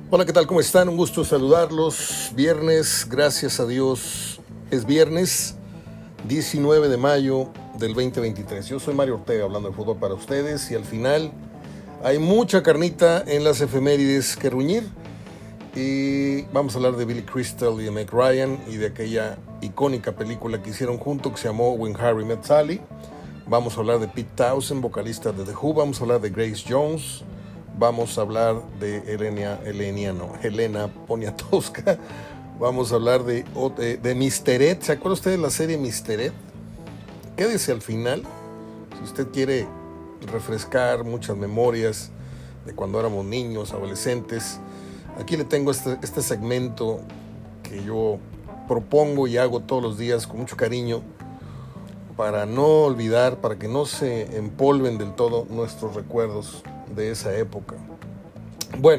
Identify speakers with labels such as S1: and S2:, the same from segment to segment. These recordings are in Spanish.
S1: Hola, ¿qué tal? ¿Cómo están? Un gusto saludarlos. Viernes, gracias a Dios, es viernes 19 de mayo del 2023. Yo soy Mario Ortega hablando de fútbol para ustedes y al final hay mucha carnita en las efemérides que ruñir. Y vamos a hablar de Billy Crystal y de Meg Ryan y de aquella icónica película que hicieron juntos que se llamó When Harry Met Sally. Vamos a hablar de Pete Townshend, vocalista de The Who. Vamos a hablar de Grace Jones. Vamos a hablar de Helena Poniatowska. Vamos a hablar de Mr. Ed. ¿Se acuerda usted de la serie Mr. Ed? Quédese al final. Si usted quiere refrescar muchas memorias de cuando éramos niños, adolescentes, aquí le tengo este segmento que yo propongo y hago todos los días con mucho cariño para no olvidar, para que no se empolven del todo nuestros recuerdos de esa época. Bueno,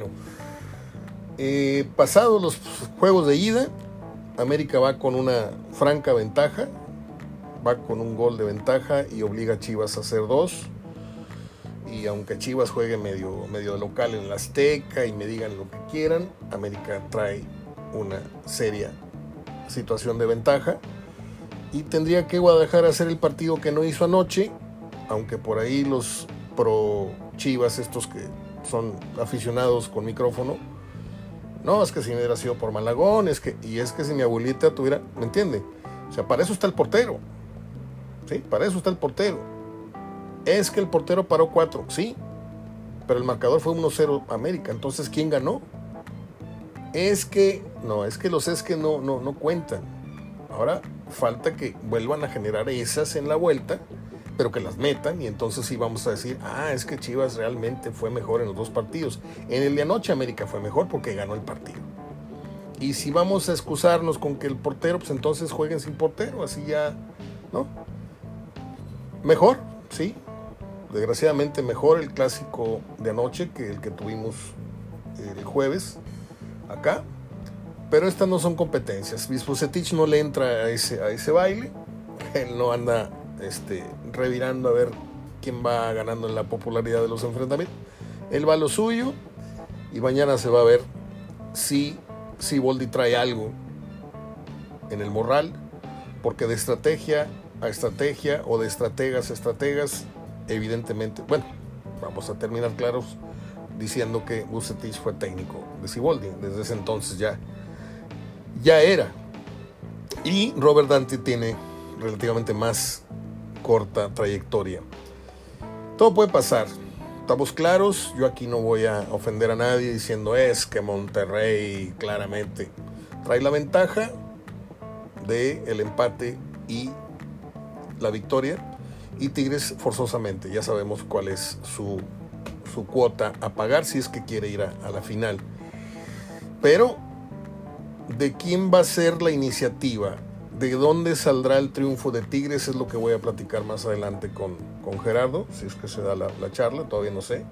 S1: pasados los juegos de ida, América va con una franca ventaja, va con un gol de ventaja y obliga a Chivas a hacer 2. Y aunque Chivas juegue medio de local en la Azteca y me digan lo que quieran, América trae una seria situación de ventaja y tendría que Guadalajara hacer el partido que no hizo anoche, aunque por ahí los pro Chivas, estos que son aficionados con micrófono, no, es que si me hubiera sido por Malagón, es que si mi abuelita tuviera, ¿me entiende? O sea, para eso está el portero, ¿sí? Para eso está el portero. Es que el portero paró 4, sí, pero el marcador fue 1-0 América, entonces ¿quién ganó? No cuentan. Ahora falta que vuelvan a generar esas en la vuelta, pero que las metan y entonces sí vamos a decir, es que Chivas realmente fue mejor en los 2 partidos. En el de anoche América fue mejor porque ganó el partido. Y si vamos a excusarnos con que el portero, pues entonces jueguen sin portero, así ya, ¿no? Mejor, sí. Desgraciadamente mejor el clásico de anoche que el que tuvimos el jueves acá. Pero estas no son competencias. Vucetich no le entra a ese baile. Él no anda revirando a ver quién va ganando en la popularidad de los enfrentamientos. Él va a lo suyo y mañana se va a ver si Siboldi trae algo en el morral, porque de estrategia a estrategia o de estrategas a estrategas, evidentemente, bueno, vamos a terminar claros diciendo que Vucetich fue técnico de Siboldi, desde ese entonces ya era. Y Robert Dante tiene relativamente más corta trayectoria. Todo puede pasar, estamos claros. Yo aquí no voy a ofender a nadie diciendo es que Monterrey claramente trae la ventaja del empate y la victoria, y Tigres forzosamente ya sabemos cuál es su cuota a pagar si es que quiere ir a la final. Pero ¿de quién va a ser la iniciativa? ¿De dónde saldrá el triunfo de Tigres? Es lo que voy a platicar más adelante con Gerardo, si es que se da la charla, todavía no sé.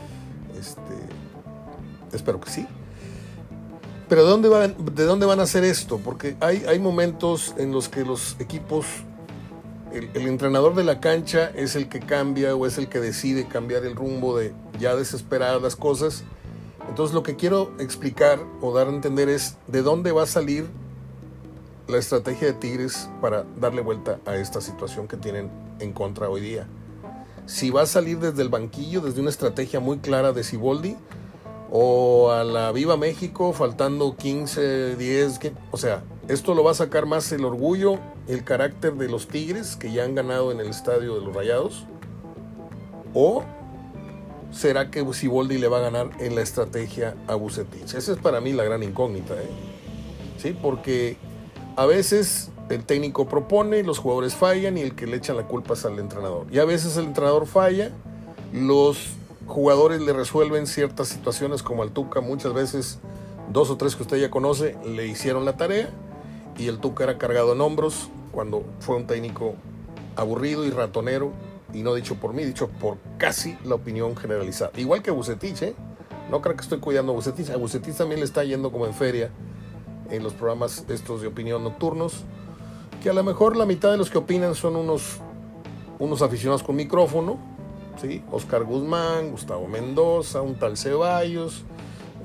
S1: Espero que sí. Pero ¿de dónde van a hacer esto? Porque hay momentos en los que los equipos, el entrenador de la cancha es el que cambia o es el que decide cambiar el rumbo de ya desesperadas las cosas. Entonces lo que quiero explicar o dar a entender es de dónde va a salir la estrategia de Tigres para darle vuelta a esta situación que tienen en contra hoy día. Si va a salir desde el banquillo, desde una estrategia muy clara de Siboldi, o a la Viva México, faltando 15, 10, o sea, esto lo va a sacar más el orgullo, el carácter de los Tigres que ya han ganado en el estadio de los Rayados, o ¿será que Siboldi le va a ganar en la estrategia a Vucetich? Esa es para mí la gran incógnita, ¿sí? Porque a veces el técnico propone, los jugadores fallan y el que le echan la culpa es al entrenador. Y a veces el entrenador falla, los jugadores le resuelven ciertas situaciones como al Tuca. Muchas veces 2 o 3 que usted ya conoce le hicieron la tarea y el Tuca era cargado en hombros cuando fue un técnico aburrido y ratonero. Y no dicho por mí, dicho por casi la opinión generalizada. Igual que Vucetich, no creo que estoy cuidando a Vucetich. A Vucetich también le está yendo como en feria en los programas estos de opinión nocturnos, que a lo mejor la mitad de los que opinan son unos aficionados con micrófono, ¿sí? Oscar Guzmán, Gustavo Mendoza, un tal Ceballos,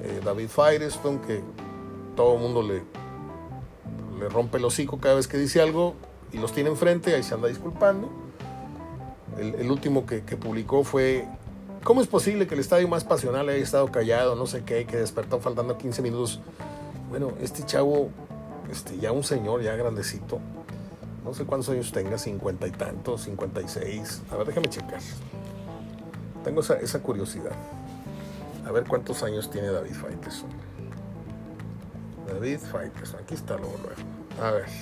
S1: David Firestone, que todo el mundo le rompe el hocico cada vez que dice algo y los tiene enfrente, ahí se anda disculpando. El último que publicó fue: ¿cómo es posible que el estadio más pasional haya estado callado? No sé qué, que despertó faltando 15 minutos. Bueno, este chavo, ya un señor, ya grandecito, no sé cuántos años tenga, 50 y tantos, 56. A ver, déjame checar. Tengo esa curiosidad. A ver cuántos años tiene David Faitelson. David Faitelson, aquí está luego. A ver.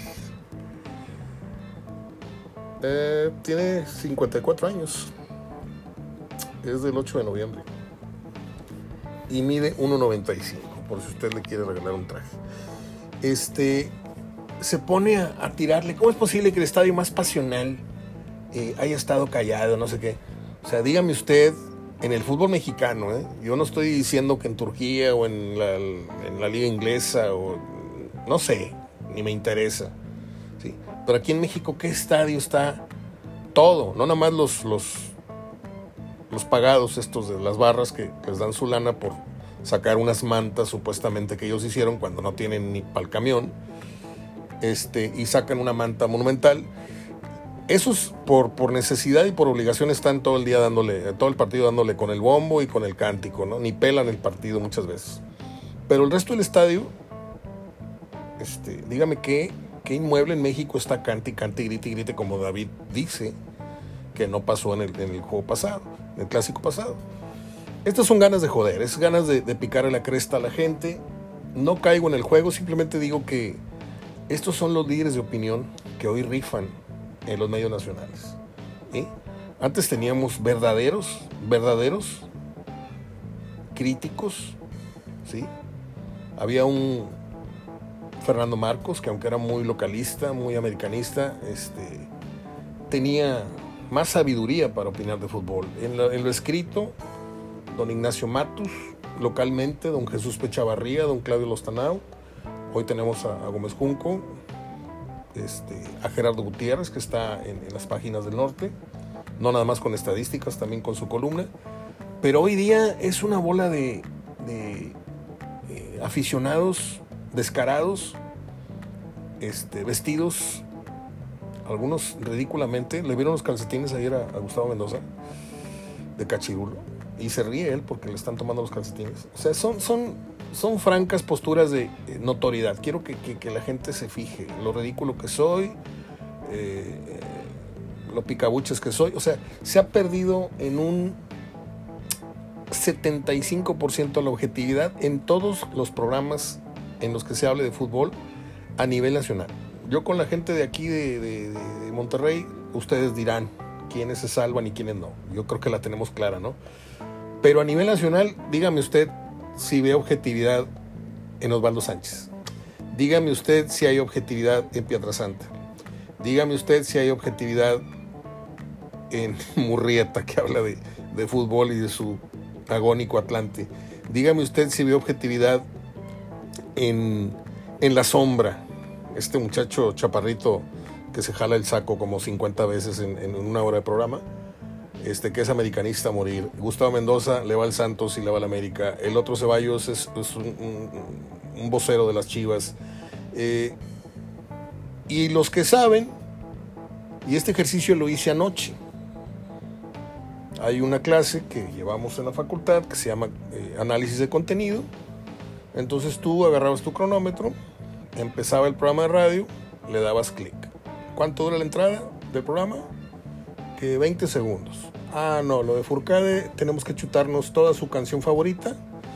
S1: Tiene 54 años. Es del 8 de noviembre. Y mide 1.95, por si usted le quiere regalar un traje. Se pone a tirarle. ¿Cómo es posible que el estadio más pasional haya estado callado? No sé qué. O sea, dígame usted, en el fútbol mexicano, yo no estoy diciendo que en Turquía o en la liga inglesa, o no sé, ni me interesa, ¿sí? Pero aquí en México, ¿qué estadio está todo? No nada más los pagados estos de las barras que les dan su lana por sacar unas mantas supuestamente que ellos hicieron cuando no tienen ni para el camión, y sacan una manta monumental. Esos por necesidad y por obligación están todo el día todo el partido dándole con el bombo y con el cántico, ¿no? Ni pelan el partido muchas veces. Pero el resto del estadio, dígame qué inmueble en México está cante y grite, como David dice que no pasó en el juego pasado, en el clásico pasado. Estas son ganas de joder, es ganas de picarle la cresta a la gente. No caigo en el juego, simplemente digo que estos son los líderes de opinión que hoy rifan en los medios nacionales, ¿sí? Antes teníamos verdaderos críticos, ¿sí? Había un Fernando Marcos, que aunque era muy localista, muy americanista, tenía más sabiduría para opinar de fútbol. En lo escrito, don Ignacio Matus, localmente, don Jesús Pechavarría, don Claudio Lostanao. Hoy tenemos a Gómez Junco, a Gerardo Gutiérrez, que está en las páginas del norte, no nada más con estadísticas, también con su columna. Pero hoy día es una bola de aficionados descarados, vestidos, algunos ridículamente. Le vieron los calcetines ayer a Gustavo Mendoza, de cachirulo, y se ríe él porque le están tomando los calcetines. O sea, son francas posturas de notoriedad. Quiero que la gente se fije lo ridículo que soy, lo picabuches que soy. O sea, se ha perdido en un 75% la objetividad en todos los programas en los que se hable de fútbol a nivel nacional. Yo con la gente de aquí de Monterrey, ustedes dirán quiénes se salvan y quiénes no. Yo creo que la tenemos clara, ¿no? Pero a nivel nacional, dígame usted si ve objetividad en Osvaldo Sánchez. Dígame usted si hay objetividad en Pietrasanta. Dígame usted si hay objetividad en Murrieta, que habla de fútbol y de su agónico Atlante. Dígame usted si ve objetividad en La Sombra, este muchacho chaparrito que se jala el saco como 50 veces en una hora de programa, que es americanista a morir. Gustavo Mendoza le va al Santos y le va al América. El otro Ceballos es un vocero de las Chivas. Y los que saben, y este ejercicio lo hice anoche. Hay una clase que llevamos en la facultad que se llama análisis de contenido. Entonces tú agarrabas tu cronómetro, empezaba el programa de radio, le dabas clic. ¿Cuánto dura la entrada del programa? Que 20 segundos. Ah, no, lo de Furcade tenemos que chutarnos toda su canción favorita.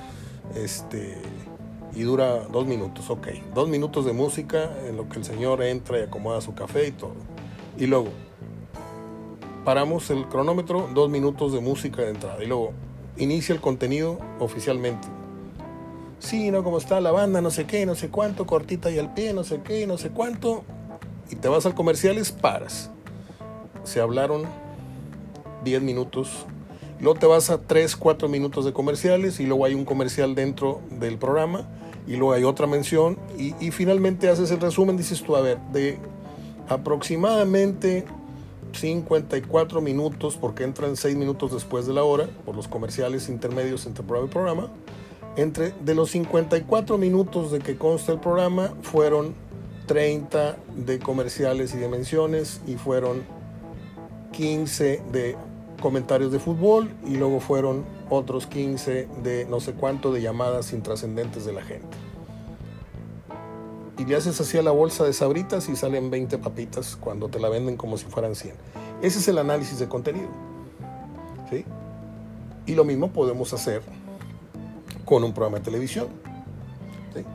S1: Y dura 2 minutos, ok. 2 minutos de música en lo que el señor entra y acomoda su café y todo. Y luego paramos el cronómetro, 2 minutos de música de entrada. Y luego inicia el contenido oficialmente. Sí, ¿no? Como está la banda, no sé qué, no sé cuánto, cortita y al pie, no sé qué, no sé cuánto. Y te vas al comerciales, paras. Se hablaron 10 minutos. Luego te vas a 3, 4 minutos de comerciales y luego hay un comercial dentro del programa y luego hay otra mención y finalmente haces el resumen. Dices tú, a ver, de aproximadamente 54 minutos, porque entran 6 minutos después de la hora por los comerciales intermedios entre programa y programa, De los 54 minutos de que consta el programa, fueron 30 de comerciales y de menciones, y fueron 15 de comentarios de fútbol, y luego fueron otros 15 de no sé cuánto de llamadas intrascendentes de la gente. Y le haces así a la bolsa de Sabritas y salen 20 papitas cuando te la venden como si fueran 100. Ese es el análisis de contenido, ¿sí? Y lo mismo podemos hacer con un programa de televisión, ¿sí?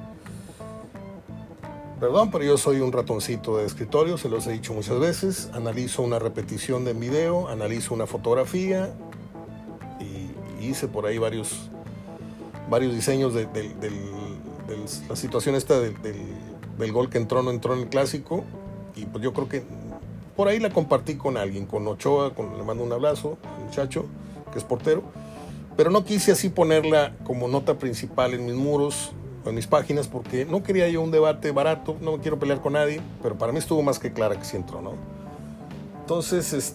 S1: Perdón, pero yo soy un ratoncito de escritorio, se los he dicho muchas veces. Analizo una repetición de video, analizo una fotografía, y hice por ahí varios diseños de la situación esta del gol que entró, no entró en el clásico. Y pues yo creo que por ahí la compartí con alguien, con Ochoa, le mando un abrazo al muchacho que es portero. Pero no quise así ponerla como nota principal en mis muros, en mis páginas, porque no quería yo un debate barato, no me quiero pelear con nadie, pero para mí estuvo más que clara que sí entró, ¿no? Entonces,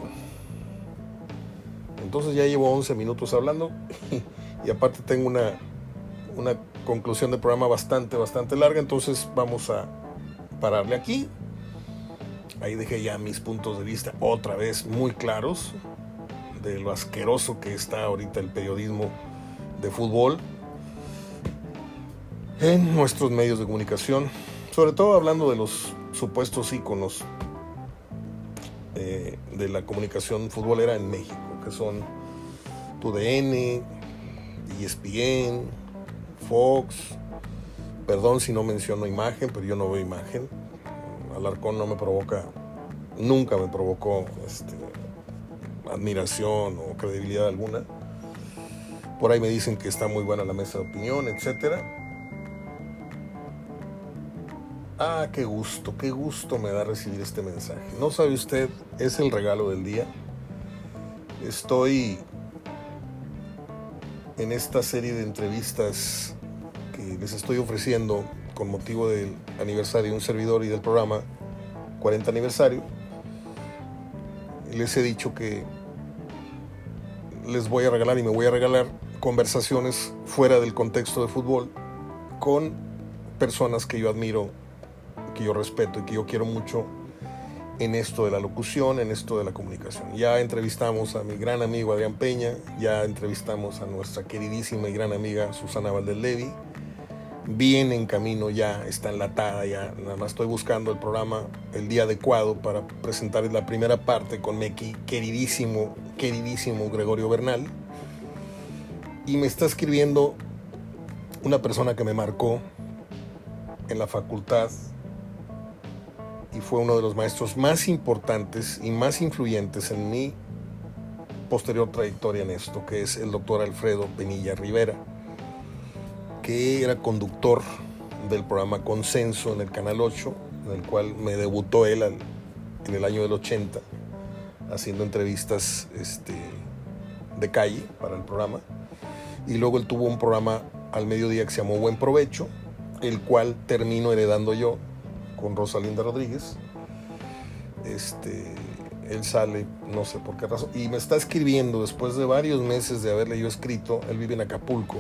S1: ya llevo 11 minutos hablando y aparte tengo una conclusión del programa bastante larga, entonces vamos a pararle aquí. Ahí dejé ya mis puntos de vista otra vez muy claros de lo asqueroso que está ahorita el periodismo de fútbol en nuestros medios de comunicación, sobre todo hablando de los supuestos íconos de la comunicación futbolera en México, que son TUDN, ESPN, Fox. Perdón si no menciono imagen, pero yo no veo imagen. Alarcón no me provoca, nunca me provocó admiración o credibilidad alguna. Por ahí me dicen que está muy buena la mesa de opinión, etcétera. Ah, qué gusto me da recibir este mensaje. No sabe usted, es el regalo del día. Estoy en esta serie de entrevistas que les estoy ofreciendo con motivo del aniversario de un servidor y del programa 40 aniversario. Les he dicho que les voy a regalar y me voy a regalar conversaciones fuera del contexto de fútbol con personas que yo admiro, que yo respeto y que yo quiero mucho en esto de la locución, en esto de la comunicación. Ya entrevistamos a mi gran amigo Adrián Peña, ya entrevistamos a nuestra queridísima y gran amiga Susana Valdellevi. Viene en camino, ya está enlatada, ya nada más estoy buscando el programa, el día adecuado para presentar la primera parte con mi queridísimo Gregorio Bernal. Y me está escribiendo una persona que me marcó en la facultad y fue uno de los maestros más importantes y más influyentes en mi posterior trayectoria en esto, que es el doctor Alfredo Penilla Rivera, que era conductor del programa Consenso en el Canal 8, en el cual me debutó él en el año del 80, haciendo entrevistas de calle para el programa. Y luego él tuvo un programa al mediodía que se llamó Buen Provecho, el cual termino heredando yo con Rosalinda Rodríguez. Él sale, no sé por qué razón, y me está escribiendo después de varios meses de haberle yo escrito. Él vive en Acapulco,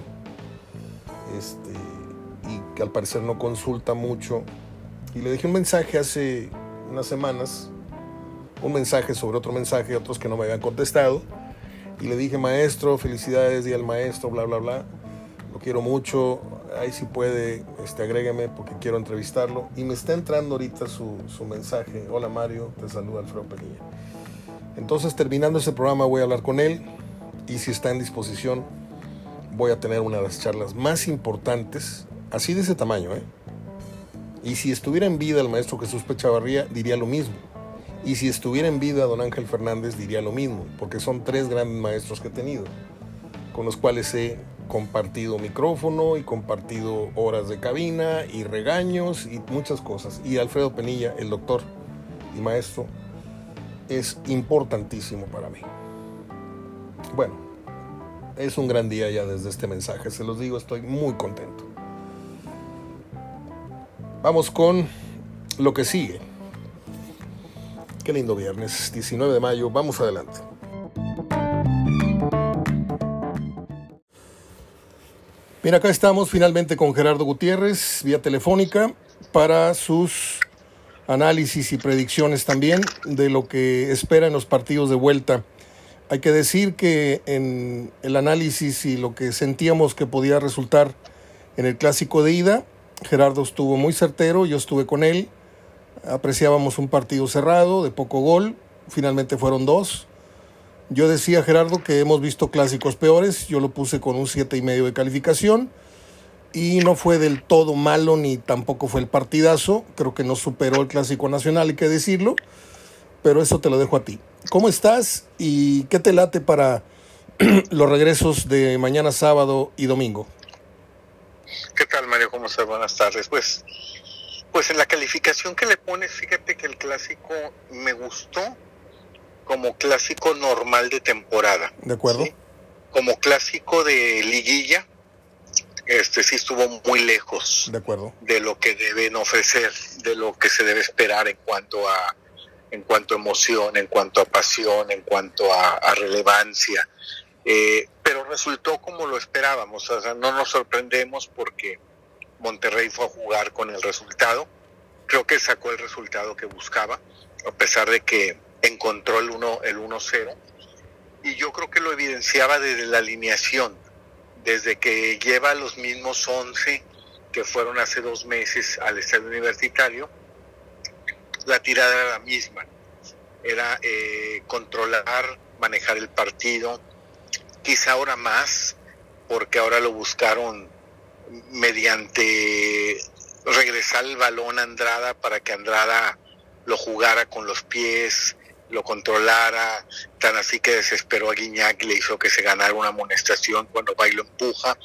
S1: y que al parecer no consulta mucho, y le dejé un mensaje hace unas semanas, un mensaje sobre otro mensaje, otros que no me habían contestado, y le dije: maestro, felicidades, día del maestro, bla bla bla, lo quiero mucho, ahí si puede, agrégueme porque quiero entrevistarlo. Y me está entrando ahorita su mensaje: hola Mario, te saluda Alfredo Penilla. Entonces, terminando ese programa voy a hablar con él, y si está en disposición voy a tener una de las charlas más importantes, así de ese tamaño, Y si estuviera en vida el maestro Jesús P. Chavarría, diría lo mismo. Y si estuviera en vida don Ángel Fernández, diría lo mismo, porque son tres grandes maestros que he tenido, con los cuales he compartido micrófono y compartido horas de cabina y regaños y muchas cosas. Y Alfredo Penilla, el doctor y maestro, es importantísimo para mí. Bueno, es un gran día ya desde este mensaje, se los digo, estoy muy contento. Vamos con lo que sigue. Qué lindo viernes, 19 de mayo, vamos adelante. Mira, acá estamos finalmente con Gerardo Gutiérrez, vía telefónica, para sus análisis y predicciones también de lo que espera en los partidos de vuelta. Hay que decir que en el análisis y lo que sentíamos que podía resultar en el clásico de ida, Gerardo estuvo muy certero, yo estuve con él, apreciábamos un partido cerrado, de poco gol, finalmente fueron 2. Yo decía, Gerardo, que hemos visto clásicos peores, yo lo puse con un 7.5 de calificación, y no fue del todo malo ni tampoco fue el partidazo, creo que no superó el Clásico Nacional, hay que decirlo, pero eso te lo dejo a ti. ¿Cómo estás y qué te late para los regresos de mañana sábado y domingo?
S2: ¿Qué tal, Mario? ¿Cómo estás? Buenas tardes. Pues en la calificación que le pones, fíjate que el clásico me gustó como clásico normal de temporada.
S1: ¿De acuerdo?
S2: ¿Sí? Como clásico de liguilla, sí estuvo muy lejos.
S1: De acuerdo.
S2: De lo que deben ofrecer, de lo que se debe esperar en cuanto a emoción, en cuanto a pasión, en cuanto a relevancia. Pero resultó como lo esperábamos, o sea, no nos sorprendemos porque Monterrey fue a jugar con el resultado. Creo que sacó el resultado que buscaba, a pesar de que encontró el 1-0. Y yo creo que lo evidenciaba desde la alineación, desde que lleva los mismos 11 que fueron hace 2 meses al estadio universitario. La tirada era la misma, era controlar, manejar el partido, quizá ahora más, porque ahora lo buscaron mediante regresar el balón a Andrada para que Andrada lo jugara con los pies, lo controlara, tan así que desesperó a Guiñac y le hizo que se ganara una amonestación cuando va y lo empuja,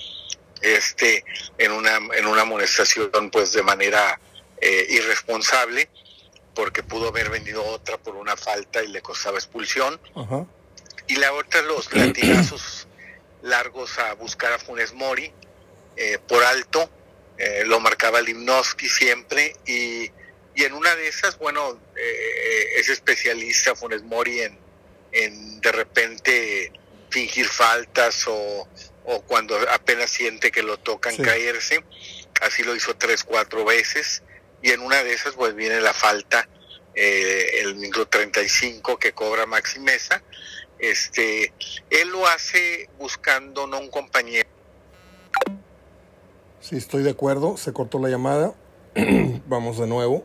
S2: en una amonestación pues de manera irresponsable, porque pudo haber venido otra por una falta y le costaba expulsión.
S1: Ajá.
S2: Y la otra, los latigazos largos a buscar a Funes Mori por alto, lo marcaba Limnowski siempre, y en una de esas, bueno, es especialista Funes Mori en de repente fingir faltas o cuando apenas siente que lo tocan caerse. Así lo hizo 3-4 veces, y en una de esas pues viene la falta, el minuto 35 que cobra Maxi Meza. Él lo hace buscando no un compañero.
S1: Sí, estoy de acuerdo, se cortó la llamada. Vamos de nuevo.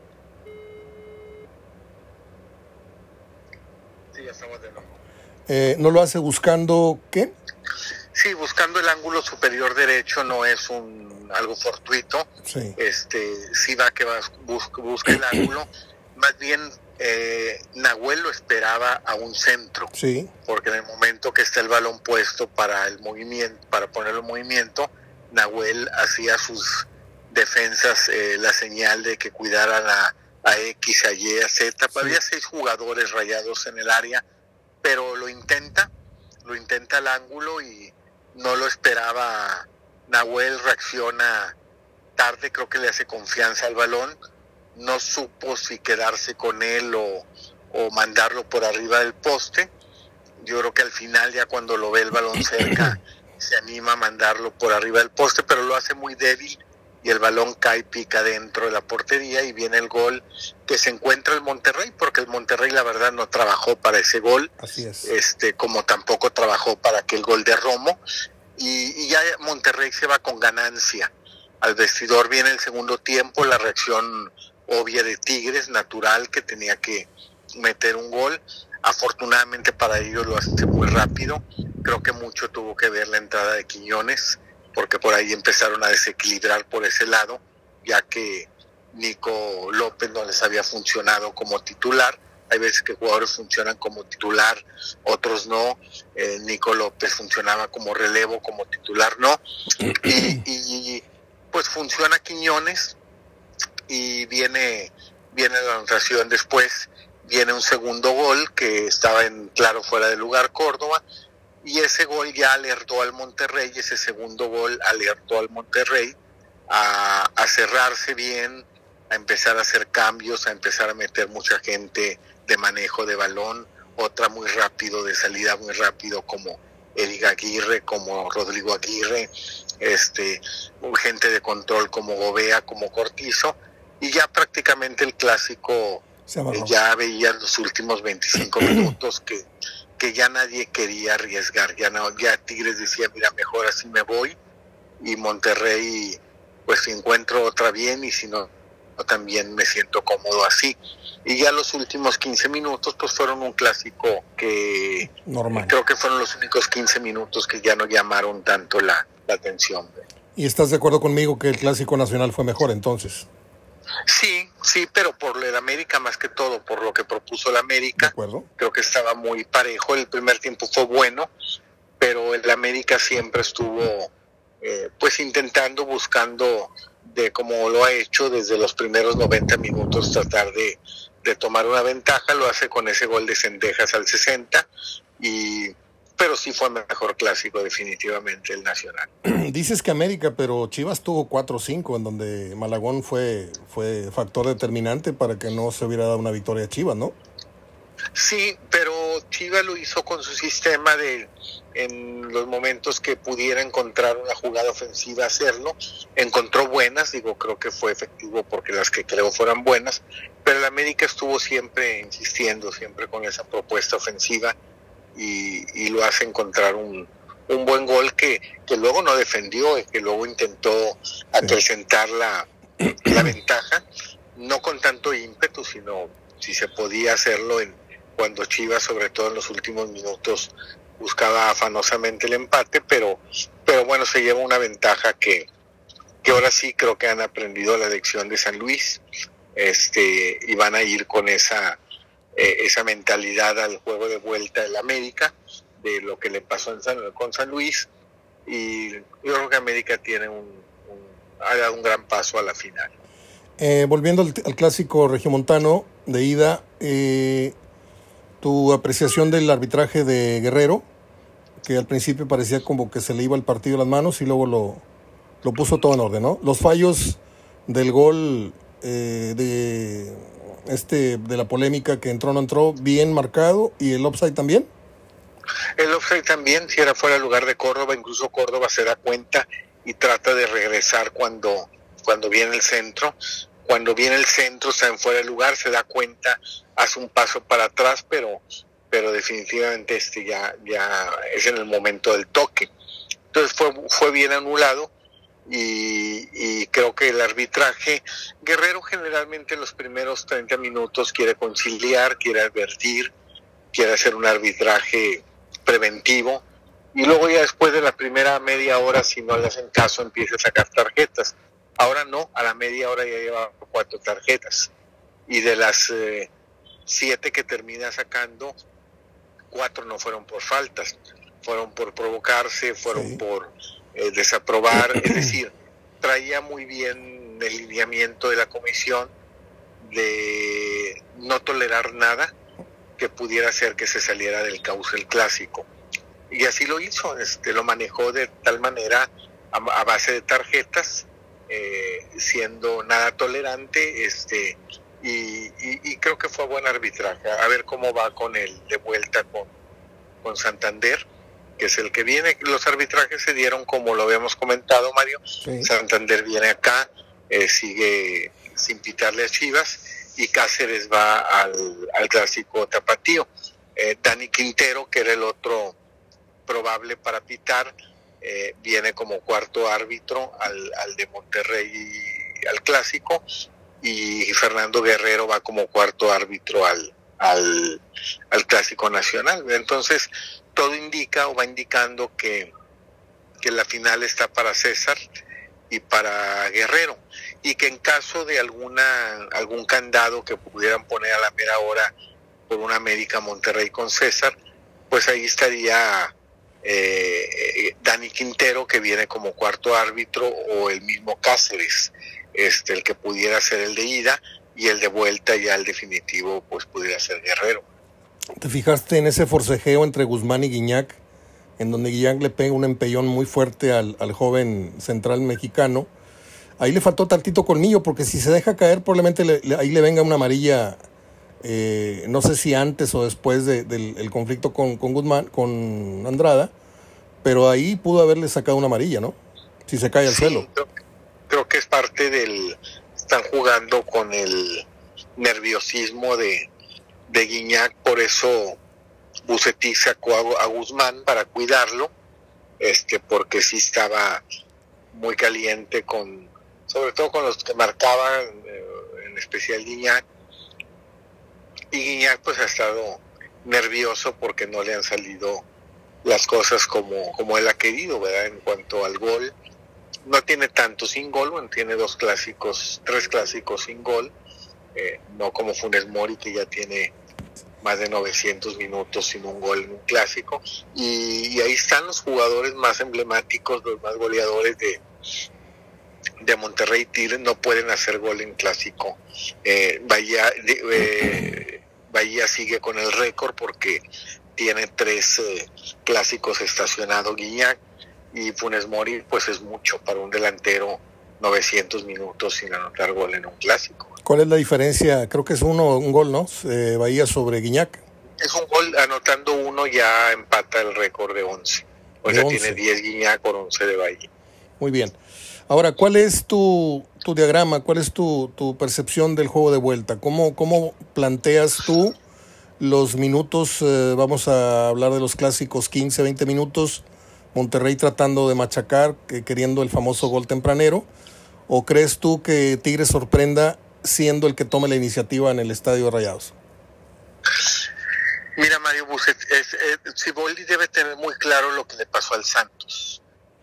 S2: Sí, ya estamos de nuevo.
S1: ¿No lo hace buscando qué?
S2: Sí, buscando el ángulo superior derecho, no es algo fortuito.
S1: Sí.
S2: Sí va que busca el ángulo. Más bien, Nahuel lo esperaba a un centro.
S1: Sí.
S2: Porque en el momento que está el balón puesto para el movimiento, para ponerlo en movimiento, Nahuel hacía sus defensas la señal de que cuidaran a X, a Y, a Z. Sí. Había 6 jugadores rayados en el área, pero lo intenta al ángulo y no lo esperaba. Nahuel reacciona tarde, creo que le hace confianza al balón, no supo si quedarse con él o mandarlo por arriba del poste. Yo creo que al final, ya cuando lo ve el balón cerca, se anima a mandarlo por arriba del poste, pero lo hace muy débil y el balón cae, pica dentro de la portería y viene el gol que se encuentra el Monterrey, porque el Monterrey la verdad no trabajó para ese gol.
S1: Así es.
S2: Como tampoco trabajó para aquel gol de Romo, y ya Monterrey se va con ganancia al vestidor. Viene el segundo tiempo, la reacción obvia de Tigres, natural, que tenía que meter un gol. Afortunadamente para ellos lo hace muy rápido. Creo que mucho tuvo que ver la entrada de Quiñones, porque por ahí empezaron a desequilibrar por ese lado, ya que Nico López no les había funcionado como titular. Hay veces que jugadores funcionan como titular, otros no. Nico López funcionaba como relevo, como titular no. Y pues funciona Quiñones, y viene la anotación después. Viene un segundo gol que estaba en claro fuera de lugar Córdoba, y ese gol ya alertó al Monterrey, ese segundo gol alertó al Monterrey a cerrarse bien, a empezar a hacer cambios, a empezar a meter mucha gente de manejo de balón, otra muy rápido, de salida muy rápido como Eric Aguirre, como Rodrigo Aguirre, gente de control como Gobea, como Cortizo, y ya prácticamente el clásico ya veía los últimos 25 minutos que ya nadie quería arriesgar, ya Tigres decía, mira, mejor así me voy, y Monterrey, pues si encuentro otra bien, y si no, también me siento cómodo así. Y ya los últimos 15 minutos pues fueron un clásico que normal. Creo que fueron los únicos 15 minutos que ya no llamaron tanto la atención.
S1: ¿Y estás de acuerdo conmigo que el clásico nacional fue mejor entonces?
S2: Sí, pero por el América más que todo, por lo que propuso el América.
S1: ¿De acuerdo?
S2: Creo que estaba muy parejo, el primer tiempo fue bueno, pero el América siempre estuvo pues intentando, buscando, de como lo ha hecho desde los primeros 90 minutos, tratar de tomar una ventaja. Lo hace con ese gol de Cendejas al 60, pero sí fue mejor clásico definitivamente el Nacional.
S1: Dices que América, pero Chivas tuvo 4-5, en donde Malagón fue factor determinante para que no se hubiera dado una victoria a Chivas, ¿no?
S2: Sí, pero Chivas lo hizo con su sistema en los momentos que pudiera encontrar una jugada ofensiva hacerlo. Encontró buenas, creo que fue efectivo porque las que creo fueran buenas, pero el América estuvo siempre insistiendo, siempre con esa propuesta ofensiva, y lo hace encontrar un buen gol que luego no defendió, y que luego intentó acrecentar la ventaja, no con tanto ímpetu, sino si se podía hacerlo cuando Chivas, sobre todo en los últimos minutos, buscaba afanosamente el empate, pero bueno, se lleva una ventaja que ahora sí creo que han aprendido la lección de San Luis, y van a ir con esa mentalidad al juego de vuelta del América, de lo que le pasó con San Luis, y yo creo que América ha dado un gran paso a la final.
S1: Volviendo al clásico regiomontano de ida, tu apreciación del arbitraje de Guerrero, que al principio parecía como que se le iba el partido a las manos y luego lo puso todo en orden, ¿no? Los fallos del gol de la polémica, que entró o no entró, bien marcado, y el offside también.
S2: El offside también, si era fuera del lugar de Córdoba, incluso Córdoba se da cuenta y trata de regresar cuando viene el centro. Cuando viene el centro, está en fuera de lugar, se da cuenta, hace un paso para atrás, pero definitivamente ya es en el momento del toque. Entonces fue bien anulado, y creo que el arbitraje, Guerrero generalmente en los primeros 30 minutos quiere conciliar, quiere advertir, quiere hacer un arbitraje preventivo, y luego ya después de la primera media hora, si no le hacen caso, empieza a sacar tarjetas. Ahora no, a la media hora ya lleva 4 tarjetas, y de las 7 que termina sacando, 4 no fueron por faltas, fueron por provocarse, fueron por desaprobar. Es decir, traía muy bien el lineamiento de la comisión de no tolerar nada que pudiera hacer que se saliera del cauce el clásico, y así lo hizo. Lo manejó de tal manera, a base de tarjetas, siendo nada tolerante, y creo que fue buen arbitraje. A ver cómo va con el de vuelta con Santander, que es el que viene. Los arbitrajes se dieron como lo habíamos comentado, Mario. Sí. Santander viene acá, sigue sin pitarle a Chivas, y Cáceres va al clásico tapatío. Dani Quintero, que era el otro probable para pitar, viene como cuarto árbitro al de Monterrey y al clásico, y Fernando Guerrero va como cuarto árbitro al clásico nacional. Entonces todo indica, o va indicando, que la final está para César y para Guerrero, y que en caso de algún candado que pudieran poner a la mera hora por una América Monterrey con César, pues ahí estaría Dani Quintero, que viene como cuarto árbitro, o el mismo Cáceres, el que pudiera ser el de ida, y el de vuelta ya el definitivo pues pudiera ser Guerrero.
S1: ¿Te fijaste en ese forcejeo entre Guzmán y Guiñac, en donde Guiñac le pega un empellón muy fuerte al joven central mexicano? Ahí le faltó tantito colmillo, porque si se deja caer probablemente ahí le venga una amarilla, no sé si antes o después del conflicto con Guzmán, con Andrada, pero ahí pudo haberle sacado una amarilla, ¿no? Si se cae al suelo.
S2: Creo que es parte del... Están jugando con el nerviosismo de Gignac, por eso Vucetich sacó a Guzmán para cuidarlo, porque sí estaba muy caliente, sobre todo con los que marcaban, en especial Gignac. Y Gignac pues ha estado nervioso porque no le han salido las cosas como él ha querido, ¿verdad? En cuanto al gol, no tiene tanto sin gol, bueno, tiene 3 clásicos sin gol, no como Funes Mori, que ya tiene más de 900 minutos sin un gol en un clásico, y ahí están los jugadores más emblemáticos, los más goleadores de Monterrey. Tigres no pueden hacer gol en clásico. Bahía sigue con el récord porque tiene 3 clásicos estacionados Gignac, y Funes Mori pues es mucho para un delantero, 900 minutos sin anotar gol en un clásico.
S1: ¿Cuál es la diferencia? Creo que es un gol, ¿no? Bahía sobre Gignac.
S2: Es un gol, anotando uno ya empata el récord de 11. O sea, tiene 10 Gignac por 11 de Bahía.
S1: Muy bien. Ahora, ¿cuál es tu diagrama? ¿Cuál es tu percepción del juego de vuelta? ¿Cómo planteas tú los minutos? Vamos a hablar de los clásicos, 15, 20 minutos. Monterrey tratando de machacar, queriendo el famoso gol tempranero. ¿O crees tú que Tigres sorprenda siendo el que tome la iniciativa en el Estadio de Rayados?
S2: Mira, Mario Siboldi debe tener muy claro lo que le pasó al Santos.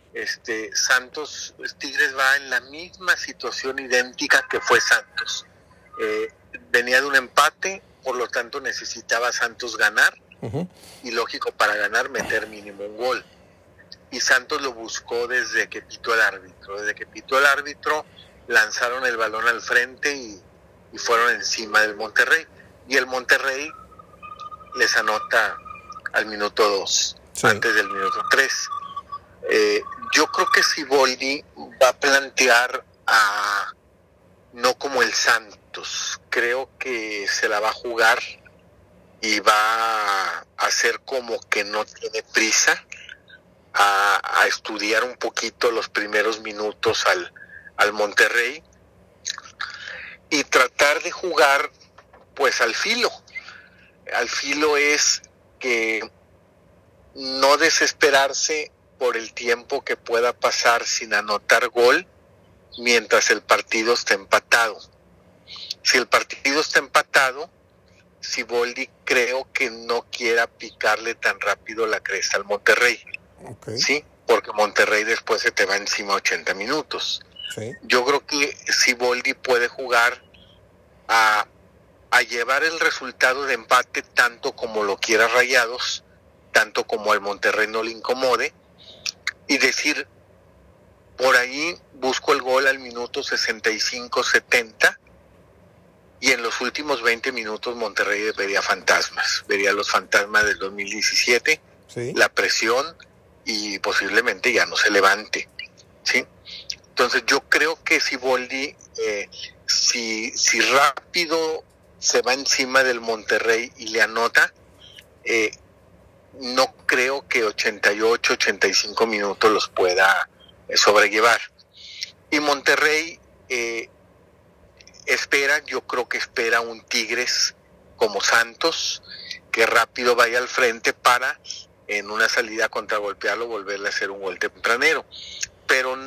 S2: Tigres va en la misma situación idéntica que fue Santos. Venía de un empate, por lo tanto necesitaba Santos ganar, y lógico, para ganar meter mínimo un gol. Y Santos lo buscó desde que pitó el árbitro. Desde que pitó el árbitro, lanzaron el balón al frente y fueron encima del Monterrey. Y el Monterrey les anota al minuto 2, sí, antes del minuto 3. Yo creo que Siboldi va a plantear no como el Santos. Creo que se la va a jugar y va a hacer como que no tiene prisa, a estudiar un poquito los primeros minutos al Monterrey y tratar de jugar pues al filo. Al filo es que no desesperarse por el tiempo que pueda pasar sin anotar gol mientras el partido está empatado. Si el partido está empatado, Siboldi creo que no quiera picarle tan rápido la cresta al Monterrey. Okay. Sí, porque Monterrey después se te va encima 80 minutos. Sí. Yo creo que Siboldi puede jugar a llevar el resultado de empate tanto como lo quiera Rayados, tanto como al Monterrey no le incomode, y decir, por ahí busco el gol al minuto 65-70, y en los últimos 20 minutos Monterrey vería fantasmas, vería los fantasmas del 2017, sí, la presión, y posiblemente ya no se levante, ¿sí? Entonces yo creo que Siboldi, si rápido se va encima del Monterrey y le anota, no creo que 88, 85 minutos los pueda sobrellevar. Y Monterrey yo creo que espera un Tigres como Santos, que rápido vaya al frente para, en una salida, contragolpearlo, volverle a hacer un gol tempranero. Pero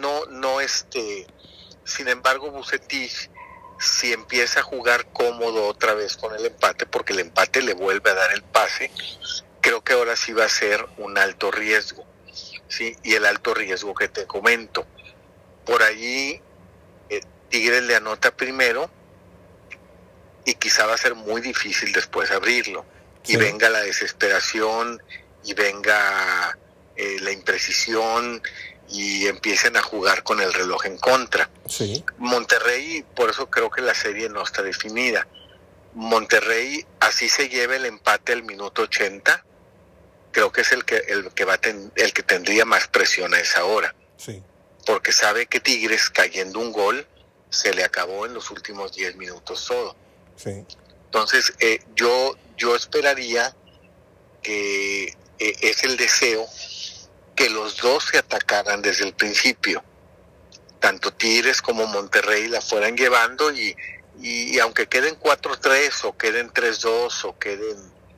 S2: sin embargo, Vucetich, si empieza a jugar cómodo otra vez con el empate, porque el empate le vuelve a dar el pase, creo que ahora sí va a ser un alto riesgo, ¿sí? Y el alto riesgo que te comento, por allí Tigres le anota primero y quizá va a ser muy difícil después abrirlo, sí, y venga la desesperación y venga la imprecisión y empiecen a jugar con el reloj en contra. Sí. Monterrey, por eso creo que la serie no está definida. Monterrey, así se lleve el empate al minuto 80, creo que es el que tendría más presión a esa hora. Sí. Porque sabe que Tigres, cayendo un gol, se le acabó en los últimos 10 minutos todo. Sí. Entonces, yo esperaría que es el deseo que los dos se atacaran desde el principio, tanto Tigres como Monterrey la fueran llevando y aunque queden 4-3 o queden 3-2 o queden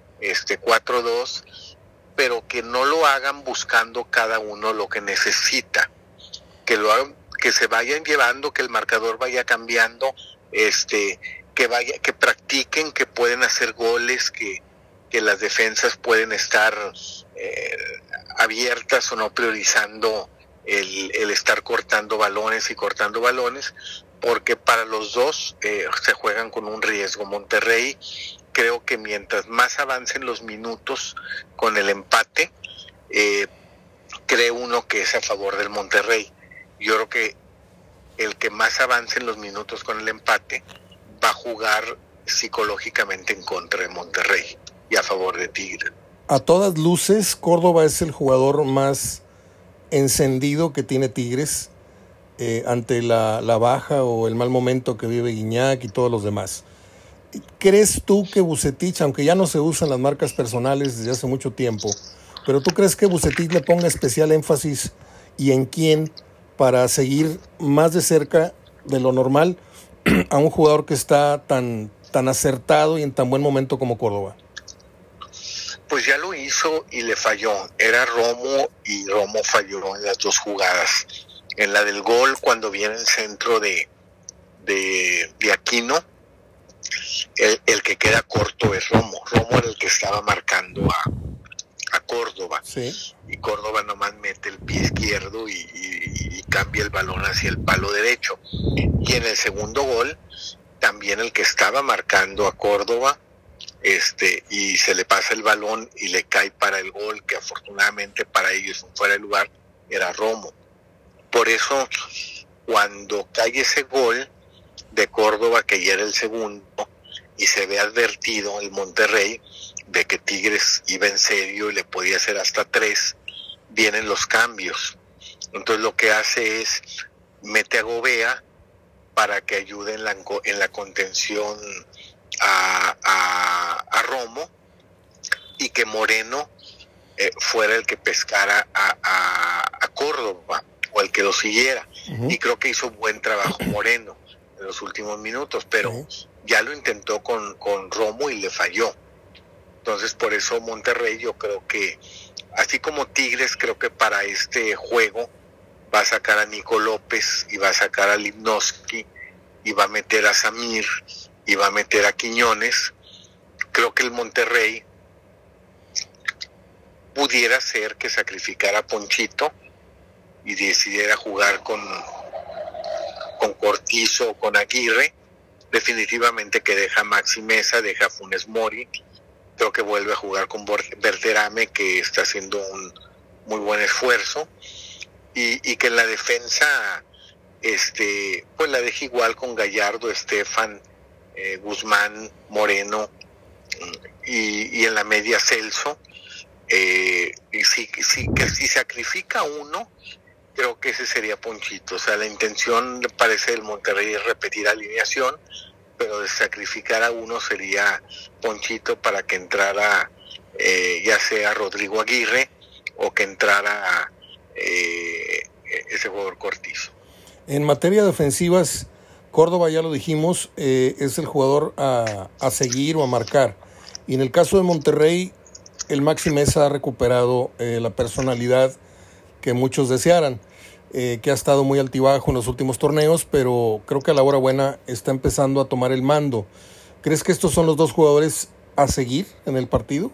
S2: 4-2, pero que no lo hagan buscando cada uno lo que necesita, que lo hagan, que se vayan llevando, que el marcador vaya cambiando, que practiquen, que pueden hacer goles, que las defensas pueden estar abiertas o no priorizando el estar cortando balones, porque para los dos se juegan con un riesgo. Monterrey, creo que mientras más avancen los minutos con el empate, cree uno que es a favor del Monterrey. Yo creo que el que más avance en los minutos con el empate va a jugar psicológicamente en contra de Monterrey y a favor de Tigre.
S1: A todas luces, Córdoba es el jugador más encendido que tiene Tigres ante la baja o el mal momento que vive Guiñac y todos los demás. ¿Crees tú que Vucetich, aunque ya no se usan las marcas personales desde hace mucho tiempo, pero tú crees que Vucetich le ponga especial énfasis y en quién para seguir más de cerca de lo normal a un jugador que está tan acertado y en tan buen momento como Córdoba?
S2: Pues ya lo hizo y le falló. Era Romo y Romo falló en las dos jugadas. En la del gol, cuando viene el centro de Aquino, el que queda corto es Romo. Romo era el que estaba marcando a Córdoba.
S1: Sí.
S2: Y Córdoba nomás mete el pie izquierdo y cambia el balón hacia el palo derecho. Y en el segundo gol, también el que estaba marcando a Córdoba, y se le pasa el balón y le cae para el gol, que afortunadamente para ellos fuera de lugar, era Romo. Por eso, cuando cae ese gol de Córdoba, que ya era el segundo, y se ve advertido el Monterrey de que Tigres iba en serio y le podía hacer hasta 3, vienen los cambios. Entonces lo que hace es mete a Gobea para que ayude en la contención a Romo, y que Moreno fuera el que pescara a Córdoba o el que lo siguiera. Y creo que hizo buen trabajo Moreno en los últimos minutos, pero ya lo intentó con Romo y le falló. Entonces por eso Monterrey, yo creo que así como Tigres, creo que para este juego va a sacar a Nico López y va a sacar a Lipnowski y va a meter a Samir y va a meter a Quiñones. Creo que el Monterrey pudiera ser que sacrificara a Ponchito y decidiera jugar con Cortizo o con Aguirre. Definitivamente que deja a Maxi Mesa, deja a Funes Mori. Creo que vuelve a jugar con Berterame, que está haciendo un muy buen esfuerzo, y que en la defensa pues la deja igual con Gallardo, Estefan, Guzmán, Moreno, y en la media Celso. Y si sacrifica uno, creo que ese sería Ponchito. O sea, la intención parece del Monterrey es repetir alineación, pero de sacrificar a uno sería Ponchito para que entrara ya sea Rodrigo Aguirre o que entrara ese jugador Cortizo.
S1: En materia de ofensivas, Córdoba, ya lo dijimos, es el jugador a seguir o a marcar. Y en el caso de Monterrey, el Maxi Mesa ha recuperado la personalidad que muchos desearan, que ha estado muy altibajo en los últimos torneos, pero creo que a la hora buena está empezando a tomar el mando. ¿Crees que estos son los dos jugadores a seguir en el partido?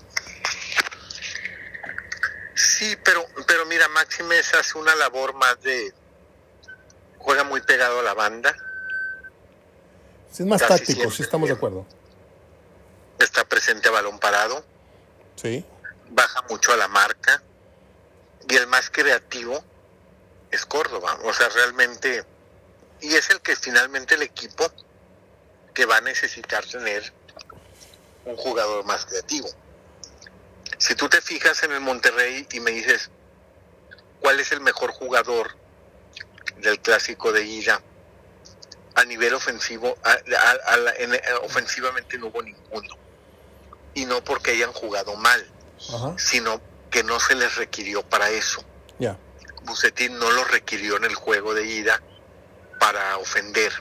S2: Sí, pero mira, Maxi Mesa hace una labor más juega muy pegado a la banda.
S1: Sí, es más táctico, sí estamos de acuerdo.
S2: Está presente a balón parado.
S1: Sí.
S2: Baja mucho a la marca. Y el más creativo es Córdoba. O sea, realmente, y es el que finalmente el equipo que va a necesitar tener un jugador más creativo. Si tú te fijas en el Monterrey y me dices cuál es el mejor jugador del clásico de ida a nivel ofensivo, ofensivamente no hubo ninguno, y no porque hayan jugado mal, sino que no se les requirió para eso.
S1: Ya.
S2: Bucetich no lo requirió en el juego de ida para ofender.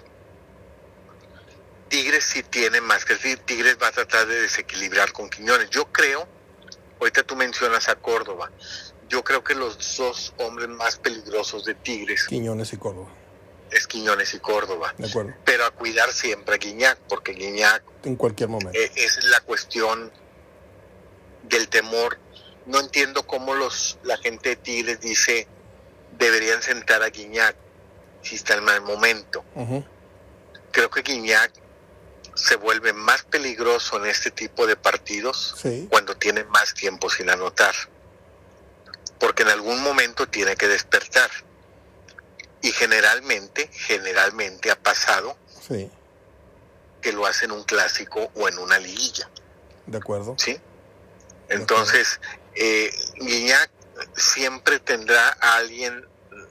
S2: Tigres sí tiene más que decir. Tigres va a tratar de desequilibrar con Quiñones. Yo creo, ahorita tú mencionas a Córdoba, yo creo que los dos hombres más peligrosos de Tigres,
S1: Quiñones y Córdoba,
S2: es Quiñones y Córdoba.
S1: De acuerdo.
S2: Pero a cuidar siempre a Guiñac, porque Guiñac
S1: En cualquier momento.
S2: es la cuestión del temor. No entiendo cómo la gente de Tigres dice deberían sentar a Guiñac si está en mal momento.
S1: Uh-huh.
S2: Creo que Guiñac se vuelve más peligroso en este tipo de partidos
S1: Sí.
S2: cuando tiene más tiempo sin anotar, porque en algún momento tiene que despertar, y generalmente ha pasado
S1: Sí.
S2: que lo hace en un clásico o en una liguilla,
S1: De acuerdo.
S2: ¿sí? Entonces Guiñac siempre tendrá alguien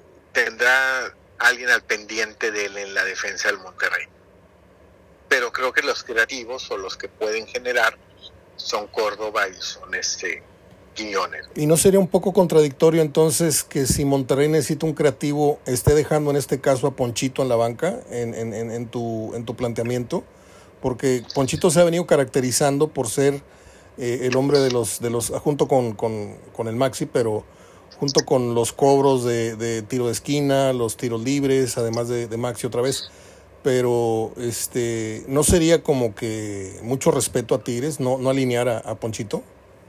S2: al pendiente de él en la defensa del Monterrey. Pero creo que los creativos o los que pueden generar son Córdoba y son Quiñones.
S1: ¿Y no sería un poco contradictorio entonces que si Monterrey necesita un creativo esté dejando en este caso a Ponchito en la banca en tu planteamiento? Porque Ponchito se ha venido caracterizando por ser el hombre de los junto con el Maxi, pero junto con los cobros de tiro de esquina, los tiros libres, además de Maxi otra vez. Pero ¿no sería como que mucho respeto a Tigres no alinear a Ponchito?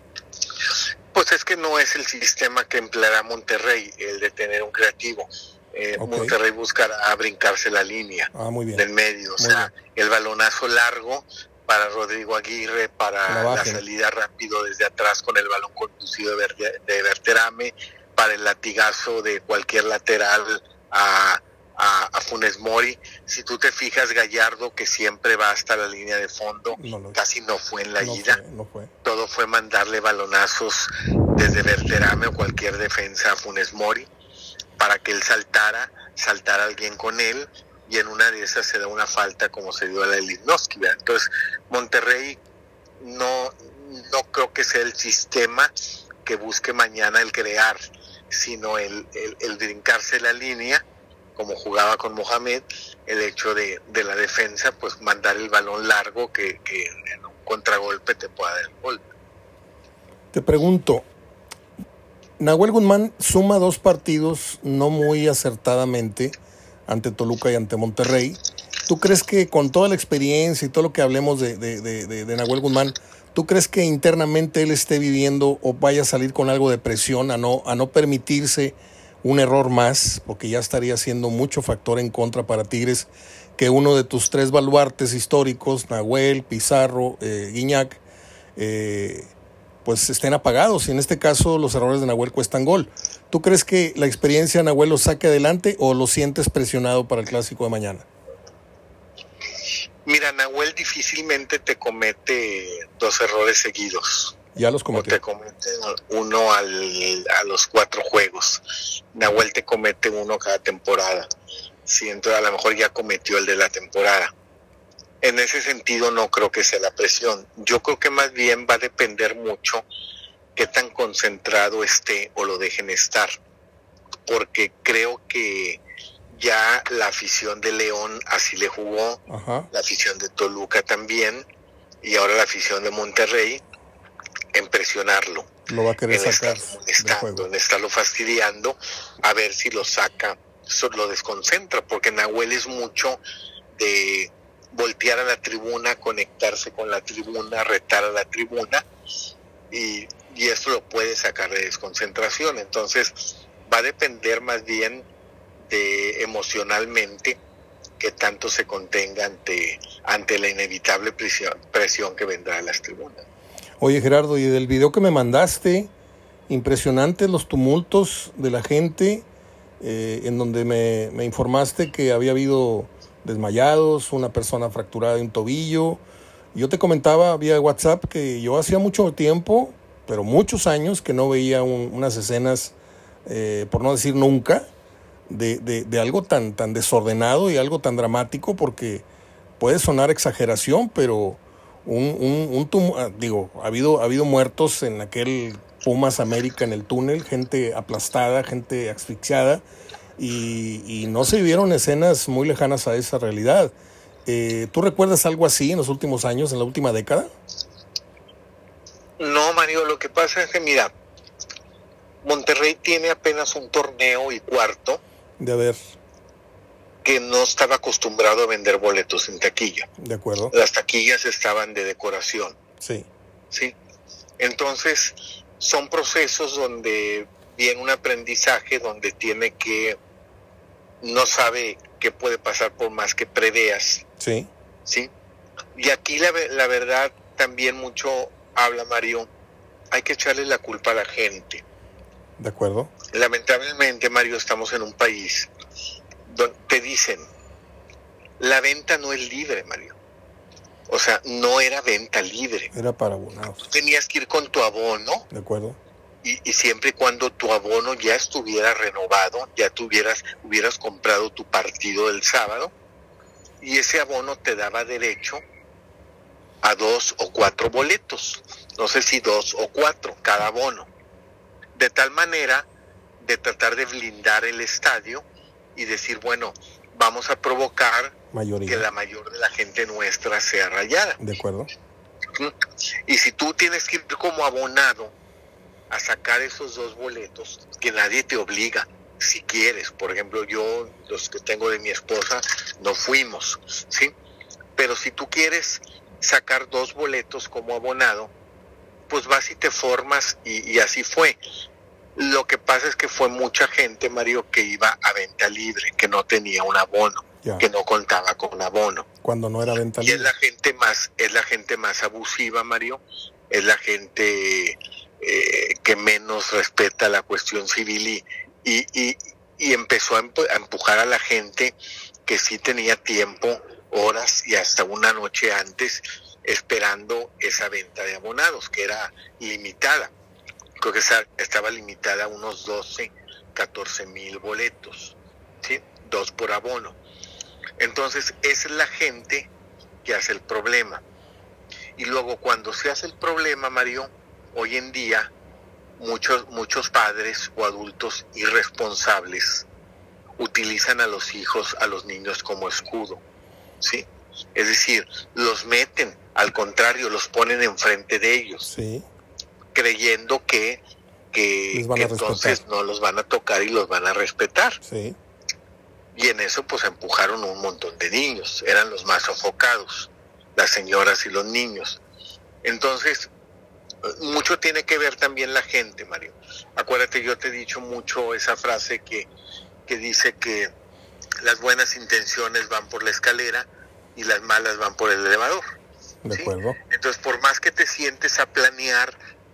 S2: Pues es que no es el sistema que empleará Monterrey, el de tener un creativo.
S1: Okay.
S2: Monterrey buscará brincarse la línea
S1: Muy bien.
S2: del medio, o
S1: Muy
S2: sea,
S1: bien.
S2: El balonazo largo para Rodrigo Aguirre, para la salida rápido desde atrás con el balón conducido de Berterame, para el latigazo de cualquier lateral a Funes Mori. Si tú te fijas, Gallardo, que siempre va hasta la línea de fondo, casi no fue en la ida.
S1: No fue.
S2: Todo fue mandarle balonazos desde Berterame o cualquier defensa a Funes Mori para que él saltara alguien con él, y en una de esas se da una falta como se dio a la de Lichnowsky. Entonces Monterrey no creo que sea el sistema que busque mañana el crear, sino el brincarse la línea como jugaba con Mohamed, el hecho de la defensa, pues mandar el balón largo que en un contragolpe te pueda dar el gol.
S1: Te pregunto, Nahuel Guzmán suma 2 partidos no muy acertadamente ante Toluca y ante Monterrey. ¿Tú crees que con toda la experiencia y todo lo que hablemos de Nahuel Guzmán, tú crees que internamente él esté viviendo o vaya a salir con algo de presión a no permitirse un error más, porque ya estaría siendo mucho factor en contra para Tigres que uno de tus 3 baluartes históricos, Nahuel, Pizarro, Guiñac, pues estén apagados, y en este caso los errores de Nahuel cuestan gol? ¿Tú crees que la experiencia de Nahuel lo saque adelante o lo sientes presionado para el clásico de mañana?
S2: Mira, Nahuel difícilmente te comete 2 errores seguidos.
S1: Ya los cometió.
S2: O te comete uno a los 4 juegos. Nahuel te comete uno cada temporada. Siento, a lo mejor ya cometió el de la temporada. En ese sentido no creo que sea la presión. Yo creo que más bien va a depender mucho qué tan concentrado esté o lo dejen estar. Porque creo que ya la afición de León así le jugó.
S1: Ajá.
S2: La afición de Toluca también, y ahora la afición de Monterrey en presionarlo.
S1: Lo va a querer sacar
S2: en estarlo fastidiando, a ver si lo saca, lo desconcentra, porque Nahuel es mucho de voltear a la tribuna, conectarse con la tribuna, retar a la tribuna, y esto lo puede sacar de desconcentración. Entonces va a depender más bien de emocionalmente que tanto se contenga ante la inevitable presión que vendrá de las tribunas.
S1: Oye, Gerardo, y del video que me mandaste, impresionantes los tumultos de la gente, en donde me informaste que había habido desmayados, una persona fracturada de un tobillo. Yo te comentaba vía WhatsApp que yo hacía mucho tiempo, pero muchos años, que no veía unas escenas, por no decir nunca, de algo tan desordenado y algo tan dramático, porque puede sonar exageración, pero ha habido muertos en aquel Pumas América en el túnel, gente aplastada, gente asfixiada, y no se vivieron escenas muy lejanas a esa realidad. ¿Tú recuerdas algo así en los últimos años, en la última década?
S2: No, Mario, lo que pasa es que, mira, Monterrey tiene apenas un torneo y cuarto
S1: De haber.
S2: que no estaba acostumbrado a vender boletos en taquilla.
S1: De acuerdo.
S2: Las taquillas estaban de decoración.
S1: Sí.
S2: ¿Sí? Entonces, son procesos donde viene un aprendizaje, donde tiene que, no sabe qué puede pasar por más que preveas.
S1: Sí.
S2: ¿Sí? Y aquí la verdad también mucho habla, Mario, hay que echarle la culpa a la gente.
S1: De acuerdo.
S2: Lamentablemente, Mario, estamos en un país donde te dicen, la venta no es libre, Mario. O sea, no era venta libre.
S1: Era para abonados.
S2: Tenías que ir con tu abono.
S1: De acuerdo.
S2: Y siempre y cuando tu abono ya estuviera renovado, ya hubieras comprado tu partido del sábado, y ese abono te daba derecho a 2 o 4 boletos. No sé si 2 o 4 cada abono. De tal manera de tratar de blindar el estadio y decir, bueno, vamos a provocar que la mayor de la gente nuestra sea rayada.
S1: De acuerdo.
S2: Y si tú tienes que ir como abonado a sacar esos 2 boletos, que nadie te obliga, si quieres. Por ejemplo, yo, los que tengo de mi esposa, no fuimos, ¿sí? Pero si tú quieres sacar 2 boletos como abonado, pues vas y te formas, y así fue. Lo que pasa es que fue mucha gente, Mario, que iba a venta libre, que no tenía un abono, que no contaba con abono.
S1: Cuando no era venta libre.
S2: Y es la gente más abusiva, Mario, es la gente que menos respeta la cuestión civil, y empezó a empujar a la gente que sí tenía tiempo, horas y hasta una noche antes, esperando esa venta de abonados, que era limitada. Creo que estaba limitada a unos 14,000 boletos, ¿sí? 2 por abono. Entonces, esa es la gente que hace el problema. Y luego, cuando se hace el problema, Mario, hoy en día, muchos padres o adultos irresponsables utilizan a los hijos, a los niños como escudo, ¿sí? Es decir, los meten, al contrario, los ponen enfrente de ellos,
S1: sí,
S2: creyendo que entonces no los van a tocar y los van a respetar.
S1: Sí.
S2: Y en eso pues empujaron un montón de niños, eran los más sofocados, las señoras y los niños. Entonces, mucho tiene que ver también la gente, Mario. Acuérdate, yo te he dicho mucho esa frase que dice que las buenas intenciones van por la escalera y las malas van por el elevador.
S1: De
S2: ¿sí?
S1: acuerdo.
S2: Entonces, por más que te sientes a planear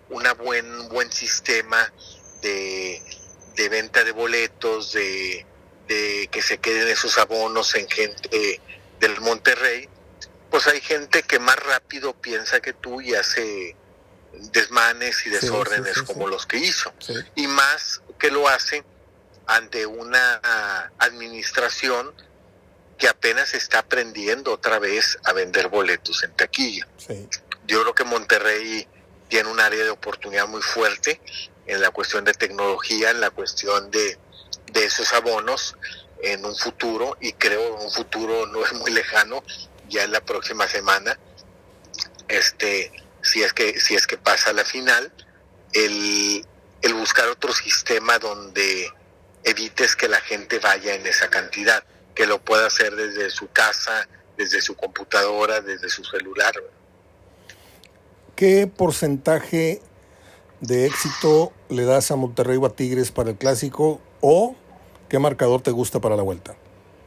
S2: un buen sistema de venta de boletos, de que se queden esos abonos en gente del Monterrey, pues hay gente que más rápido piensa que tú y hace desmanes y desórdenes como los que hizo.
S1: Sí.
S2: Y más que lo hace ante una administración que apenas está aprendiendo otra vez a vender boletos en taquilla.
S1: Sí.
S2: Yo creo que Monterrey tiene un área de oportunidad muy fuerte en la cuestión de tecnología, en la cuestión de esos abonos en un futuro, y creo un futuro no es muy lejano, ya en la próxima semana, si es que pasa la final, el buscar otro sistema donde evites que la gente vaya en esa cantidad, que lo pueda hacer desde su casa, desde su computadora, desde su celular.
S1: ¿Qué porcentaje de éxito le das a Monterrey o a Tigres para el clásico, o qué marcador te gusta para la vuelta?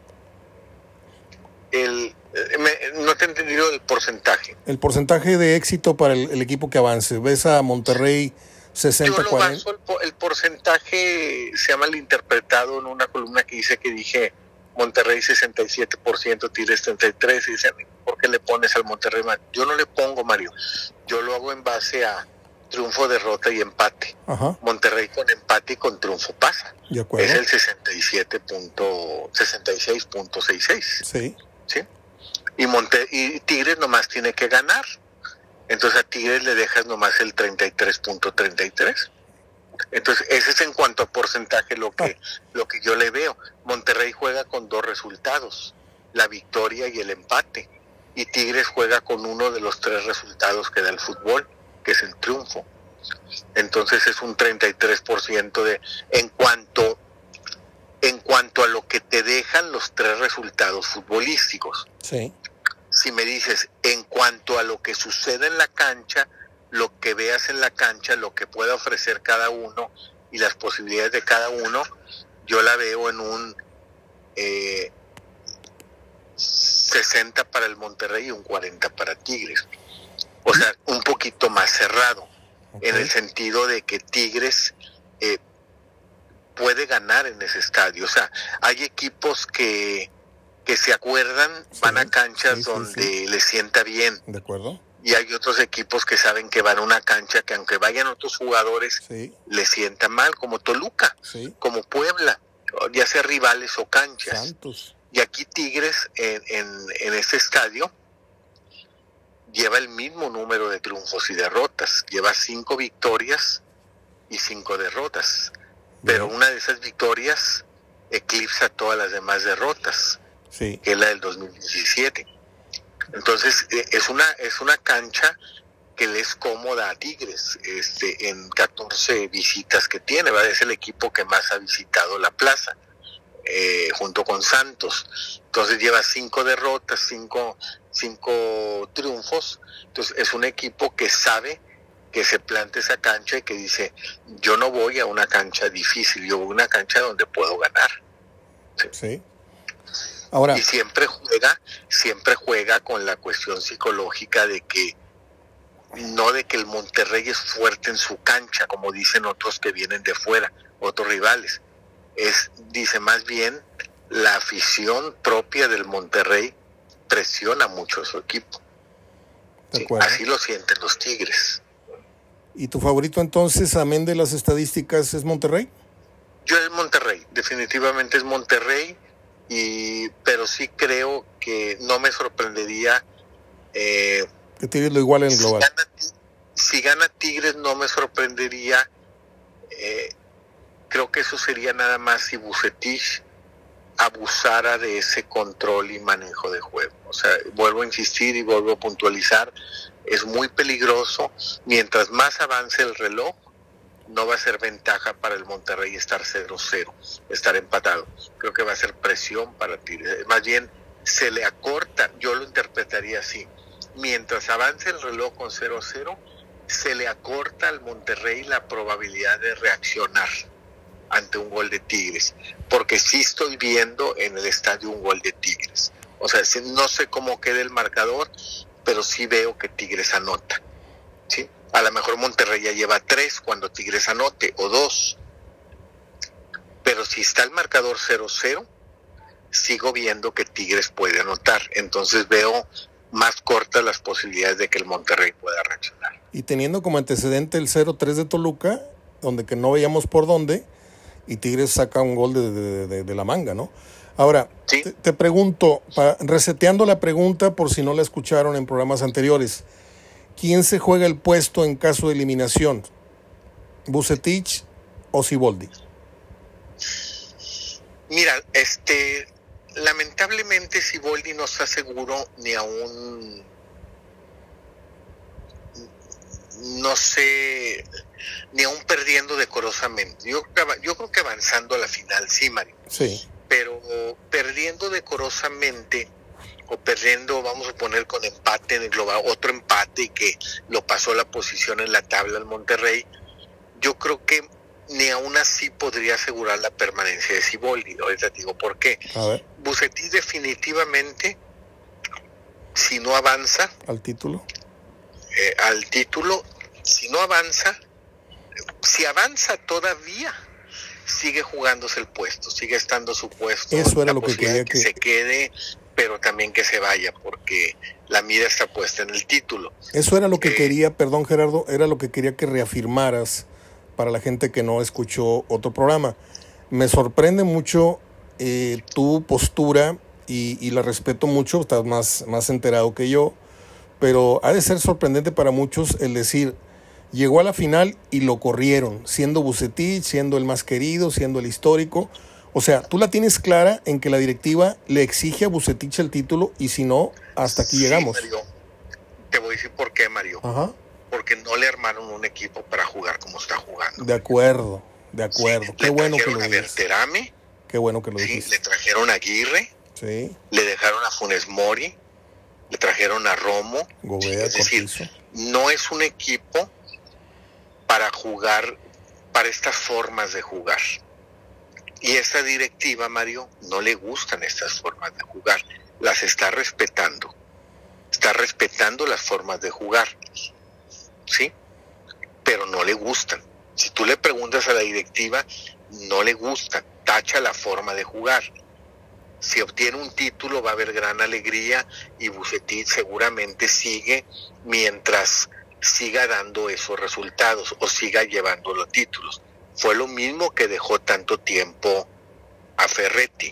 S2: No te he entendido el porcentaje.
S1: El porcentaje de éxito para el equipo que avance. ¿Ves a Monterrey 60-40?
S2: Yo lo baso, el porcentaje se ha malinterpretado en una columna que dije Monterrey 67%, Tigres 33%, y dicen, ¿por qué le pones al Monterrey? Yo no le pongo, Mario. Yo lo hago en base a triunfo, derrota y empate.
S1: Ajá.
S2: Monterrey con empate y con triunfo pasa.
S1: De acuerdo.
S2: Es el 66.66.
S1: Sí.
S2: ¿Sí? Y Tigres nomás tiene que ganar. Entonces a Tigres le dejas nomás el 33.33. Entonces ese es en cuanto a porcentaje lo que yo le veo. Monterrey juega con 2 resultados, la victoria y el empate, y Tigres juega con uno de los 3 resultados que da el fútbol, que es el triunfo. Entonces es un 33% en cuanto a lo que te dejan los 3 resultados futbolísticos.
S1: Sí.
S2: Si me dices, en cuanto a lo que sucede en la cancha, lo que veas en la cancha, lo que pueda ofrecer cada uno y las posibilidades de cada uno, yo la veo en un 60 para el Monterrey y un 40 para Tigres. O sea, un poquito más cerrado, en el sentido de que Tigres puede ganar en ese estadio. O sea, hay equipos que se acuerdan, van a canchas donde les sienta bien.
S1: De acuerdo.
S2: Y hay otros equipos que saben que van a una cancha que aunque vayan otros jugadores, les sienta mal, como Toluca, como Puebla, ya sea rivales o canchas.
S1: Santos.
S2: Y aquí Tigres en este estadio lleva el mismo número de triunfos y derrotas. Lleva 5 victorias y 5 derrotas. Pero una de esas victorias eclipsa todas las demás derrotas, que es la del 2017. Entonces es una cancha que le es cómoda a Tigres en 14 visitas que tiene, ¿verdad? Es el equipo que más ha visitado la plaza, junto con Santos. Entonces lleva 5 derrotas, 5 triunfos. Entonces es un equipo que sabe que se planta esa cancha y que dice, yo no voy a una cancha difícil, yo voy a una cancha donde puedo ganar.
S1: Sí. Ahora,
S2: y siempre juega con la cuestión psicológica de que no de que el Monterrey es fuerte en su cancha, como dicen otros que vienen de fuera, otros rivales. Dice más bien, la afición propia del Monterrey presiona mucho a su equipo. Sí, así lo sienten los Tigres.
S1: ¿Y tu favorito entonces, amén de las estadísticas, es Monterrey?
S2: Yo es Monterrey, definitivamente es Monterrey, pero sí creo que no me sorprendería
S1: que Tigres lo igual en el global.
S2: Si gana Tigres no me sorprendería, creo que eso sería nada más si Vucetich abusara de ese control y manejo de juego. O sea, vuelvo a insistir y vuelvo a puntualizar, es muy peligroso. Mientras más avance el reloj, no va a ser ventaja para el Monterrey estar 0-0, estar empatado. Creo que va a ser presión para Tigres. Más bien, se le acorta, yo lo interpretaría así. Mientras avance el reloj con 0-0, se le acorta al Monterrey la probabilidad de reaccionar ante un gol de Tigres, porque sí estoy viendo en el estadio un gol de Tigres. O sea, no sé cómo quede el marcador, pero sí veo que Tigres anota, ¿sí? A lo mejor Monterrey ya lleva 3 cuando Tigres anote, o 2. Pero si está el marcador 0-0, sigo viendo que Tigres puede anotar. Entonces veo más cortas las posibilidades de que el Monterrey pueda reaccionar.
S1: Y teniendo como antecedente el 0-3 de Toluca, donde que no veíamos por dónde, y Tigres saca un gol de la manga, ¿no? Ahora, ¿sí? te pregunto, reseteando la pregunta por si no la escucharon en programas anteriores, ¿quién se juega el puesto en caso de eliminación? ¿Vucetich o Siboldi?
S2: Mira, lamentablemente Siboldi no está seguro ni aún, no sé, ni aún perdiendo decorosamente. Yo creo que avanzando a la final, sí, Mario.
S1: Sí.
S2: Pero perdiendo decorosamente, o perdiendo, vamos a poner con empate en el global, otro empate y que lo pasó la posición en la tabla al Monterrey, yo creo que ni aún así podría asegurar la permanencia de Siboldi. Ahorita te digo por qué. Vucetich definitivamente, si no avanza
S1: al título,
S2: si no avanza, si avanza todavía, sigue jugándose el puesto, sigue estando su puesto.
S1: Eso era lo que quería
S2: que se quede, pero también que se vaya, porque la mira está puesta en el título.
S1: Eso era lo que quería, perdón Gerardo, era lo que quería que reafirmaras para la gente que no escuchó otro programa. Me sorprende mucho tu postura y la respeto mucho, estás más enterado que yo, pero ha de ser sorprendente para muchos el decir, llegó a la final y lo corrieron, siendo Vucetich, siendo el más querido, siendo el histórico. O sea, tú la tienes clara en que la directiva le exige a Vucetich el título y si no, hasta aquí llegamos.
S2: Mario, te voy a decir por qué, Mario.
S1: Ajá.
S2: Porque no le armaron un equipo para jugar como está jugando.
S1: De acuerdo.
S2: Sí,
S1: Qué bueno que lo
S2: dices. Le trajeron a Berterame.
S1: Qué bueno que lo
S2: Sí,
S1: dijiste.
S2: le trajeron a Aguirre.
S1: Sí.
S2: Le dejaron a Funes Mori. Le trajeron a Romo.
S1: Gobea,
S2: es decir,
S1: Cortizo.
S2: no es un equipo para jugar, para estas formas de jugar. Y esta directiva, Mario, no le gustan estas formas de jugar. Las está respetando. Está respetando las formas de jugar. ¿Sí? Pero no le gustan. Si tú le preguntas a la directiva, no le gustan. Tacha la forma de jugar. Si obtiene un título va a haber gran alegría y Vucetich seguramente sigue mientras siga dando esos resultados o siga llevando los títulos. Fue lo mismo que dejó tanto tiempo a Ferretti.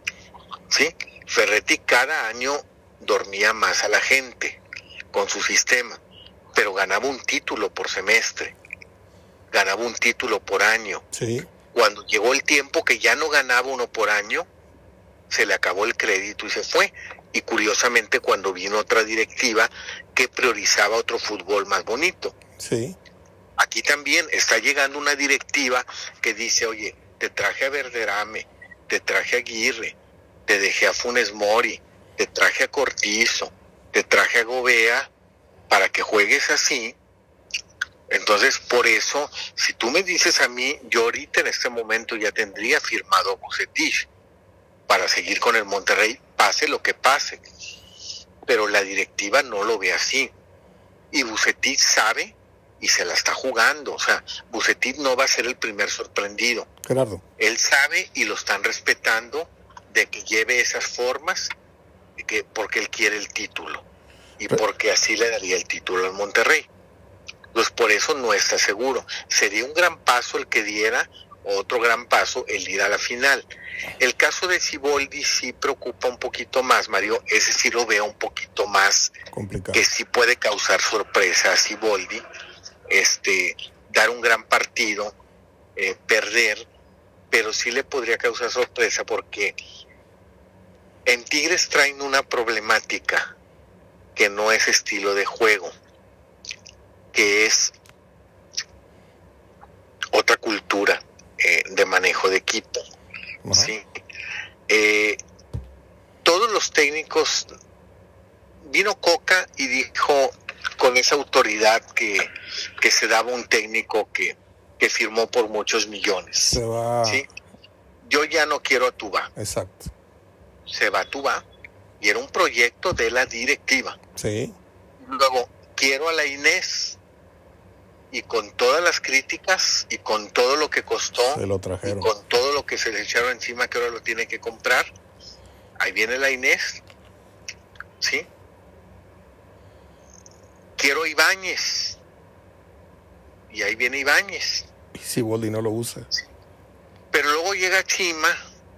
S2: ¿Sí? Ferretti cada año dormía más a la gente con su sistema, pero ganaba un título por semestre, ganaba un título por año.
S1: Sí.
S2: Cuando llegó el tiempo que ya no ganaba uno por año, se le acabó el crédito y se fue. Y curiosamente cuando vino otra directiva que priorizaba otro fútbol más bonito.
S1: Sí.
S2: Aquí también está llegando una directiva que dice, oye, te traje a Verderame, te traje a Aguirre, te dejé a Funes Mori, te traje a Cortizo, te traje a Gobea para que juegues así. Entonces, por eso, si tú me dices a mí, yo ahorita en este momento ya tendría firmado a Vucetich para seguir con el Monterrey, pase lo que pase. Pero la directiva no lo ve así. Y Vucetich sabe y se la está jugando. O sea, Vucetich no va a ser el primer sorprendido.
S1: Gerardo.
S2: Él sabe y lo están respetando de que lleve esas formas porque él quiere el título. Y porque así le daría el título al Monterrey. Pues por eso no está seguro. Sería un gran paso el que diera, otro gran paso el ir a la final. El caso de Siboldi sí preocupa un poquito más, Mario. Ese sí lo veo un poquito más
S1: complicado,
S2: que sí puede causar sorpresa a Siboldi. Dar un gran partido, perder, pero sí le podría causar sorpresa porque en Tigres traen una problemática que no es estilo de juego, que es otra cultura de manejo de equipo. ¿Sí? Todos los técnicos, vino Coca y dijo con esa autoridad que se daba un técnico que firmó por muchos millones.
S1: Se va.
S2: ¿Sí? Yo ya no quiero a Tuba.
S1: Exacto.
S2: Se va a Tuba y era un proyecto de la directiva.
S1: Sí.
S2: Luego, quiero a la Inés. Y con todas las críticas y con todo lo que costó,
S1: se lo trajeron.
S2: Y con todo lo que se le echaron encima que ahora lo tiene que comprar, ahí viene la Inés, ¿sí? Quiero Ibáñez, y ahí viene Ibáñez.
S1: Y Siboldi no lo usa.
S2: Pero luego llega Chima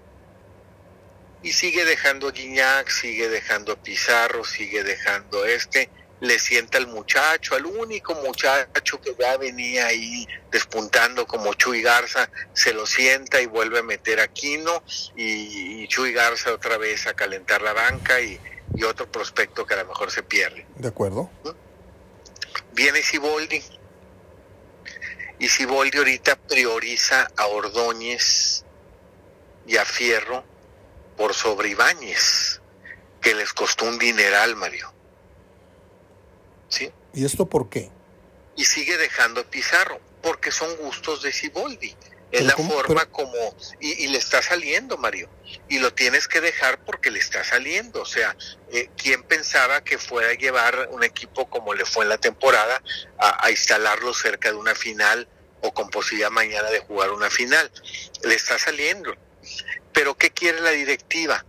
S2: y sigue dejando a Gignac, sigue dejando a Pizarro, sigue dejando le sienta al muchacho, al único muchacho que ya venía ahí despuntando como Chuy Garza, se lo sienta y vuelve a meter a Quino y Chuy Garza otra vez a calentar la banca y otro prospecto que a lo mejor se pierde.
S1: De acuerdo.
S2: Viene Siboldi y Siboldi ahorita prioriza a Ordóñez y a Fierro por sobre Ibáñez, que les costó un dineral, Mario. ¿Sí?
S1: ¿Y esto por qué?
S2: Y sigue dejando a Pizarro, porque son gustos de Siboldi. Es la forma como... Y le está saliendo, Mario. Y lo tienes que dejar porque le está saliendo. O sea, ¿quién pensaba que fuera a llevar un equipo como le fue en la temporada a instalarlo cerca de una final o con posibilidad mañana de jugar una final? Le está saliendo. Pero ¿qué quiere la directiva?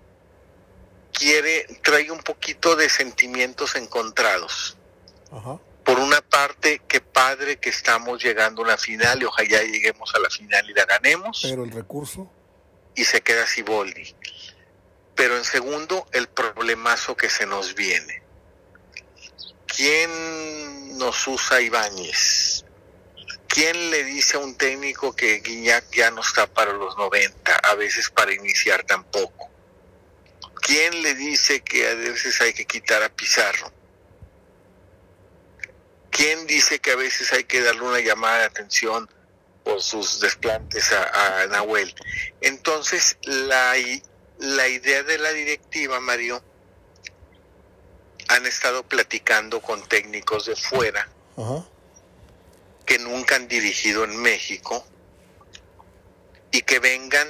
S2: Trae un poquito de sentimientos encontrados.
S1: Ajá.
S2: Por una parte, qué padre que estamos llegando a una final y ojalá lleguemos a la final y la ganemos.
S1: Pero el recurso.
S2: Y se queda Siboldi. Pero en segundo, el problemazo que se nos viene. ¿quién nos usa Ibáñez? ¿Quién le dice a un técnico que Guiñac ya no está para los 90, a veces para iniciar tampoco? ¿Quién le dice que a veces hay que quitar a Pizarro? ¿Quién dice que a veces hay que darle una llamada de atención por sus desplantes a Nahuel? Entonces, la idea de la directiva, Mario, han estado platicando con técnicos de fuera,
S1: Ajá,
S2: que nunca han dirigido en México y que vengan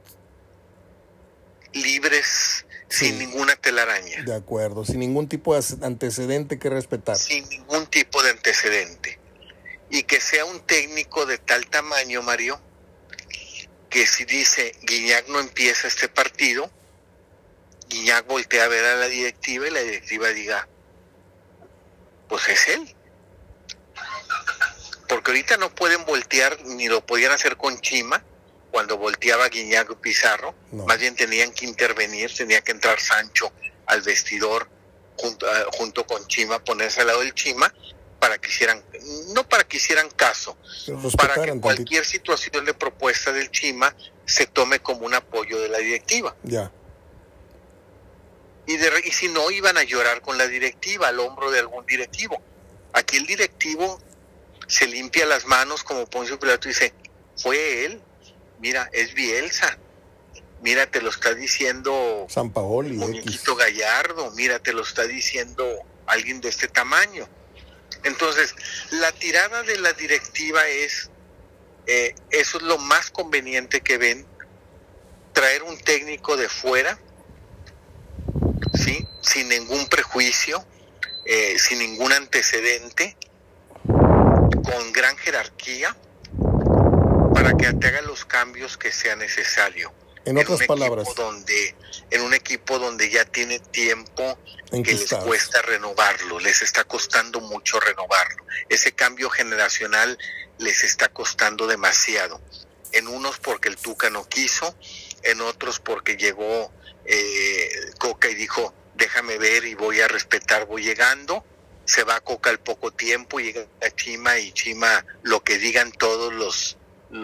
S2: libres,
S1: sí,
S2: sin ninguna telaraña.
S1: de acuerdo, sin ningún tipo de antecedente que respetar.
S2: Sin ningún tipo de antecedente. Y que sea un técnico de tal tamaño, Mario, que si dice Guiñac no empieza este partido, Guiñac voltea a ver a la directiva y la directiva diga, pues es él. Porque ahorita no pueden voltear, ni lo podían hacer con Chima, cuando volteaba Guiñac o Pizarro.
S1: No.
S2: Más bien tenían que intervenir, tenía que entrar Sancho al vestidor junto con Chima, ponerse al lado del Chima, para que hicieran, no para que hicieran caso, para que cualquier situación de propuesta del Chima se tome como un apoyo de la directiva.
S1: Ya.
S2: Y si no, iban a llorar con la directiva, al hombro de algún directivo. Aquí el directivo se limpia las manos como Poncio Pilato y dice, fue él, mira, es Bielsa, mira, te lo está diciendo
S1: Sampaoli,
S2: Muñequito Gallardo, mira, te lo está diciendo alguien de este tamaño. Entonces, la tirada de la directiva es, eso es lo más conveniente que ven, traer un técnico de fuera, ¿sí? Sin ningún prejuicio, sin ningún antecedente, con gran jerarquía, para que te haga los cambios que sea necesario.
S1: En otras palabras,
S2: en un equipo donde ya tiene tiempo que les
S1: enquistados.
S2: cuesta renovarlo, les está costando mucho renovarlo. Ese cambio generacional les está costando demasiado. En unos porque el Tuca no quiso, en otros porque llegó Coca y dijo, déjame ver y voy a respetar, voy llegando. Se va Coca al poco tiempo, llega Chima y Chima, lo que digan todos los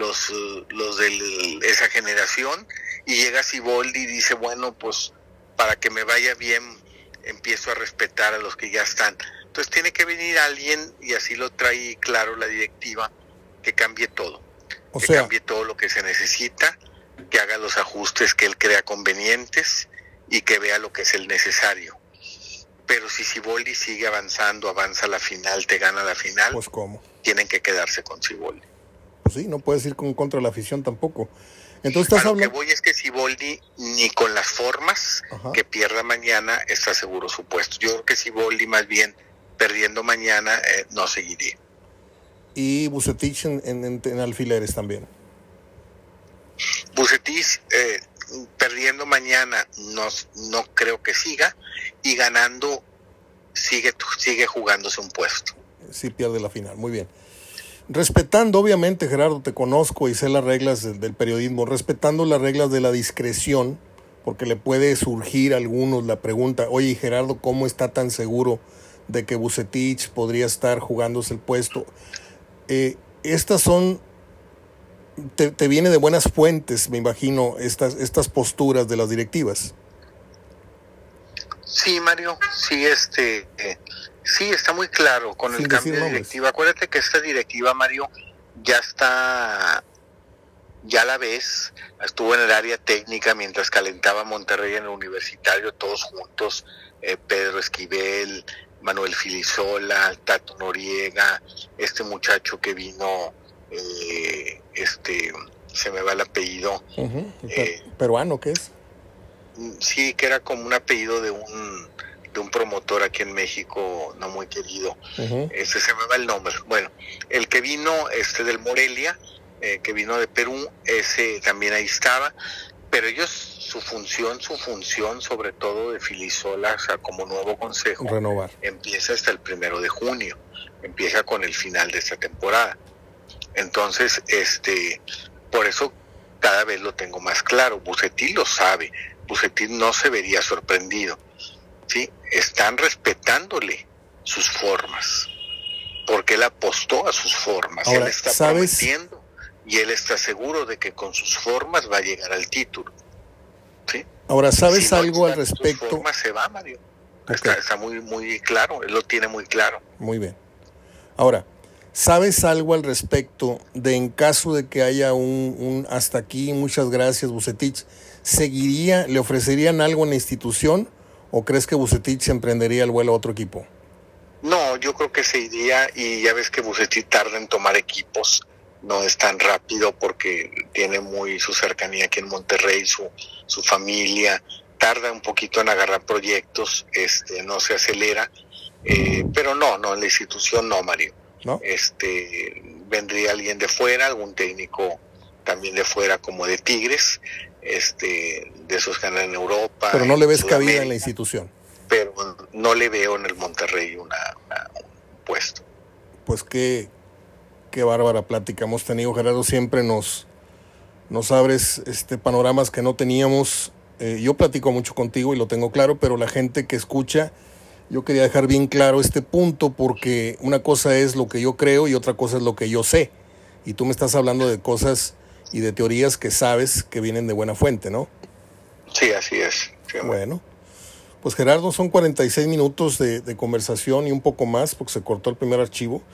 S2: de esa generación, y llega Siboldi y dice, bueno, pues para que me vaya bien empiezo a respetar a los que ya están. Entonces tiene que venir alguien, y así lo trae claro la directiva, que cambie todo, cambie todo lo que se necesita, que haga los ajustes que él crea convenientes y que vea lo que es el necesario. Pero si Siboldi sigue avanzando, avanza a la final, te gana la final,
S1: pues ¿cómo?
S2: Tienen que quedarse con Siboldi.
S1: Pues sí, no puedes ir contra la afición tampoco. Entonces estás hablando...
S2: Lo que voy es que Siboldi, ni con las formas, ajá, que pierda mañana, está seguro su puesto. Yo creo que Siboldi, más bien, perdiendo mañana, no seguiría.
S1: Y Vucetich en alfileres también.
S2: Vucetich, perdiendo mañana, no creo que siga, y ganando, sigue jugándose un puesto.
S1: Sí pierde la final, muy bien. Respetando, obviamente, Gerardo, te conozco y sé las reglas del periodismo, respetando las reglas de la discreción, porque le puede surgir a algunos la pregunta, oye, Gerardo, ¿cómo está tan seguro de que Vucetich podría estar jugándose el puesto? Estas son, te viene de buenas fuentes, me imagino, estas posturas de las directivas.
S2: Sí, Mario, sí, sí, está muy claro con el cambio de directiva. Acuérdate que esta directiva, Mario, ya la ves, estuvo en el área técnica mientras calentaba Monterrey en el Universitario, todos juntos, Pedro Esquivel, Manuel Filisola, Tato Noriega, este muchacho que vino, se me va el apellido.
S1: Uh-huh. ¿Peruano qué es?
S2: Sí, que era como un apellido de un promotor aquí en México, no muy querido. Uh-huh. Se me va el nombre. Bueno, el que vino del Morelia, que vino de Perú, ese también ahí estaba, pero ellos, su función sobre todo de Filisola, o sea, como nuevo consejo,
S1: renovar,
S2: empieza hasta el 1 de junio, empieza con el final de esta temporada. Entonces, por eso cada vez lo tengo más claro. Vucetich lo sabe, Vucetich no se vería sorprendido, ¿sí? Están respetándole sus formas, porque él apostó a sus formas.
S1: Ahora,
S2: él está
S1: ¿sabes?
S2: prometiendo y él está seguro de que con sus formas va a llegar al título. ¿Sí?
S1: Ahora, ¿sabes
S2: Si no
S1: algo al
S2: llega con sus
S1: respecto?
S2: formas, se va, Mario.
S1: Okay.
S2: Está muy claro, él lo tiene muy claro.
S1: Muy bien. Ahora, ¿sabes algo al respecto de en caso de que haya un hasta aquí, muchas gracias, Vucetich, le ofrecerían algo en la institución o crees que Vucetich emprendería el vuelo a otro equipo?
S2: No, yo creo que se iría, y ya ves que Vucetich tarda en tomar equipos, no es tan rápido porque tiene muy su cercanía aquí en Monterrey, su familia, tarda un poquito en agarrar proyectos, no se acelera, pero no, en la institución no, Mario.
S1: ¿No?
S2: Vendría alguien de fuera, algún técnico también de fuera como de Tigres, de esos que andan en Europa.
S1: Pero no le ves cabida en la institución.
S2: Pero no le veo en el Monterrey un puesto.
S1: Pues qué bárbara plática hemos tenido, Gerardo. Siempre nos abres panoramas que no teníamos. Yo platico mucho contigo y lo tengo claro, pero la gente que escucha, yo quería dejar bien claro este punto, porque una cosa es lo que yo creo y otra cosa es lo que yo sé. Y tú me estás hablando de cosas y de teorías que sabes que vienen de buena fuente, ¿no?
S2: Sí, así es. Sí,
S1: bueno, pues Gerardo, son 46 minutos de conversación y un poco más, porque se cortó el primer archivo.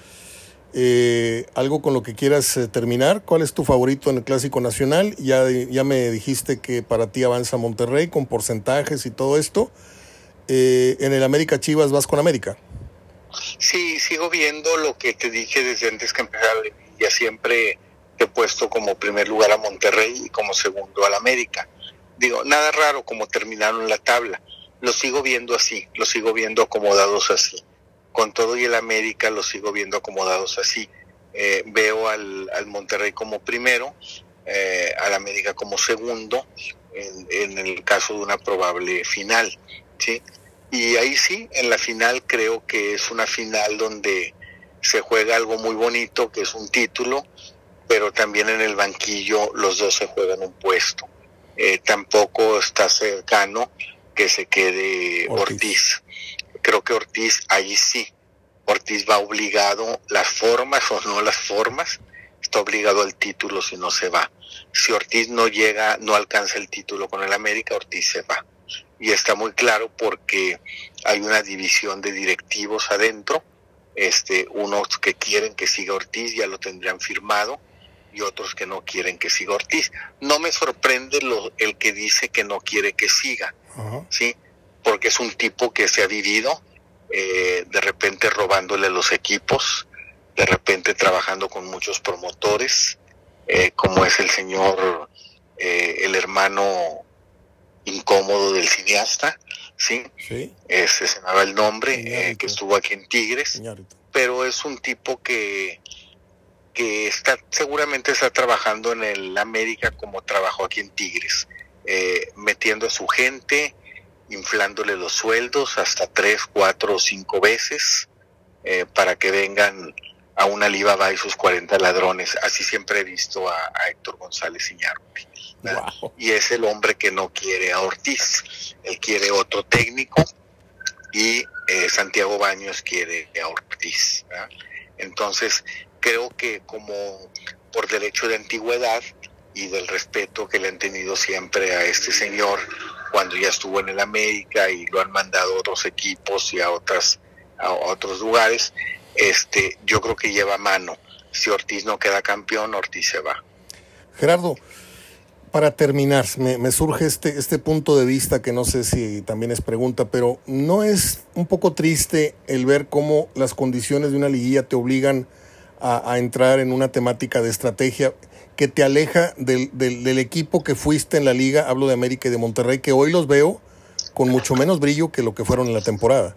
S1: ¿Algo con lo que quieras terminar? ¿Cuál es tu favorito en el Clásico Nacional? Ya me dijiste que para ti avanza Monterrey con porcentajes y todo esto. En el América Chivas vas con América.
S2: Sí, sigo viendo lo que te dije desde antes que empezara. Ya siempre he puesto como primer lugar a Monterrey y como segundo al América. Digo, nada raro como terminaron la tabla. Lo sigo viendo así, lo sigo viendo acomodados así. Con todo y el América lo sigo viendo acomodados así. Veo al Monterrey como primero, al América como segundo, en el caso de una probable final, ¿sí? Y ahí sí, en la final creo que es una final donde se juega algo muy bonito, que es un título, pero también en el banquillo los dos se juegan un puesto. Tampoco está cercano que se quede Ortiz. Creo que Ortiz, ahí sí, Ortiz va obligado, las formas o no las formas, está obligado al título si no se va. Si Ortiz no llega, no alcanza el título con el América, Ortiz se va. Y está muy claro porque hay una división de directivos adentro, unos que quieren que siga Ortiz, ya lo tendrían firmado, y otros que no quieren que siga Ortiz. No me sorprende el que dice que no quiere que siga, ¿sí? Porque es un tipo que se ha vivido, de repente robándole los equipos, de repente trabajando con muchos promotores, como es el señor, el hermano incómodo del cineasta, ¿sí?
S1: ¿Sí?
S2: Se me va el nombre, que estuvo aquí en Tigres,
S1: Iñárritu.
S2: Pero es un tipo que seguramente está trabajando en el América como trabajó aquí en Tigres, metiendo a su gente, inflándole los sueldos hasta 3, 4 o 5 veces, para que vengan a una Alibaba y sus 40 ladrones. Así siempre he visto a Héctor González Iñárritu.
S1: Wow.
S2: Y es el hombre que no quiere a Ortiz, él quiere otro técnico, y Santiago Baños quiere a Ortiz, ¿verdad? Entonces creo que como por derecho de antigüedad y del respeto que le han tenido siempre a este señor cuando ya estuvo en el América y lo han mandado a otros equipos y a otros lugares, yo creo que lleva mano. Si Ortiz no queda campeón, Ortiz se va.
S1: Gerardo, para terminar, me surge este punto de vista que no sé si también es pregunta, pero ¿no es un poco triste el ver cómo las condiciones de una liguilla te obligan a entrar en una temática de estrategia que te aleja del equipo que fuiste en la liga? Hablo de América y de Monterrey, que hoy los veo con mucho menos brillo que lo que fueron en la temporada.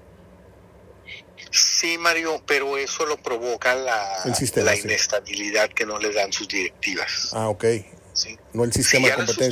S2: Sí, Mario, pero eso lo provoca la inestabilidad que no le dan sus directivas.
S1: Ah, ok.
S2: ¿Sí?
S1: No el sistema de competencia.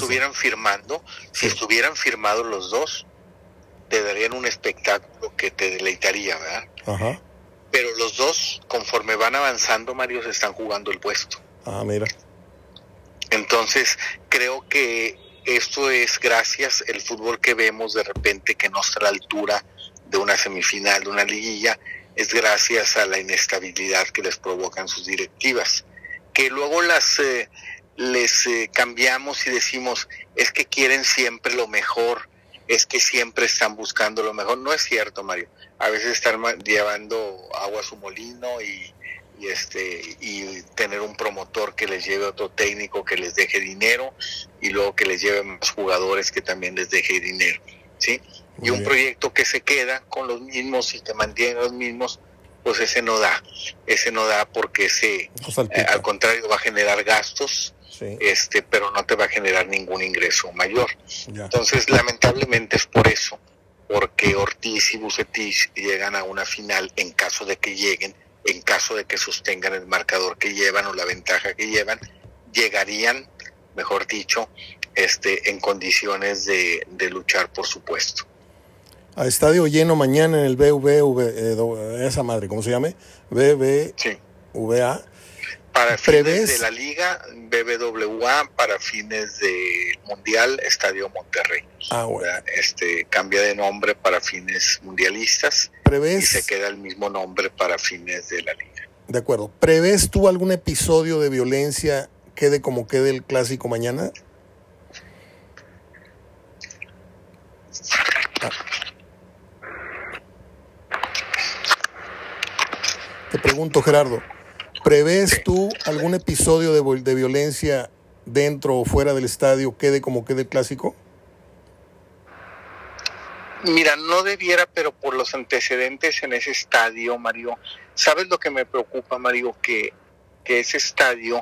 S2: Si estuvieran firmados los dos, te darían un espectáculo que te deleitaría, ¿verdad?
S1: Ajá.
S2: Pero los dos, conforme van avanzando, Mario, se están jugando el puesto.
S1: Ah, mira.
S2: Entonces, creo que esto es gracias al fútbol que vemos de repente que no está a la altura de una semifinal, de una liguilla, es gracias a la inestabilidad que les provocan sus directivas, que luego les cambiamos y decimos, es que quieren siempre lo mejor, es que siempre están buscando lo mejor. No es cierto, Mario. A veces están llevando agua a su molino y tener un promotor que les lleve otro técnico que les deje dinero y luego que les lleve más jugadores que también les deje dinero, ¿sí? Y un proyecto que se queda con los mismos y que mantiene los mismos, pues ese no da porque al contrario va a generar gastos, sí, pero no te va a generar ningún ingreso mayor. Ya. Entonces, lamentablemente es por eso, porque Ortiz y Vucetich llegan a una final en caso de que lleguen, en caso de que sostengan el marcador que llevan o la ventaja que llevan, llegarían, mejor dicho, en condiciones de luchar por su puesto.
S1: A estadio lleno mañana en el BBVA, esa madre, ¿cómo se llame? BBVA.
S2: Sí. Para fines de la Liga, BBVA, para fines del Mundial, Estadio Monterrey.
S1: Bueno.
S2: Cambia de nombre para fines mundialistas.
S1: ¿Prevés?
S2: Y se queda el mismo nombre para fines de la Liga.
S1: De acuerdo. ¿Prevés tú algún episodio de violencia quede como quede el clásico mañana? Te pregunto, Gerardo, ¿prevés tú algún episodio de violencia dentro o fuera del estadio quede como quede el clásico?
S2: Mira, no debiera, pero por los antecedentes en ese estadio, Mario, ¿sabes lo que me preocupa, Mario? Que ese estadio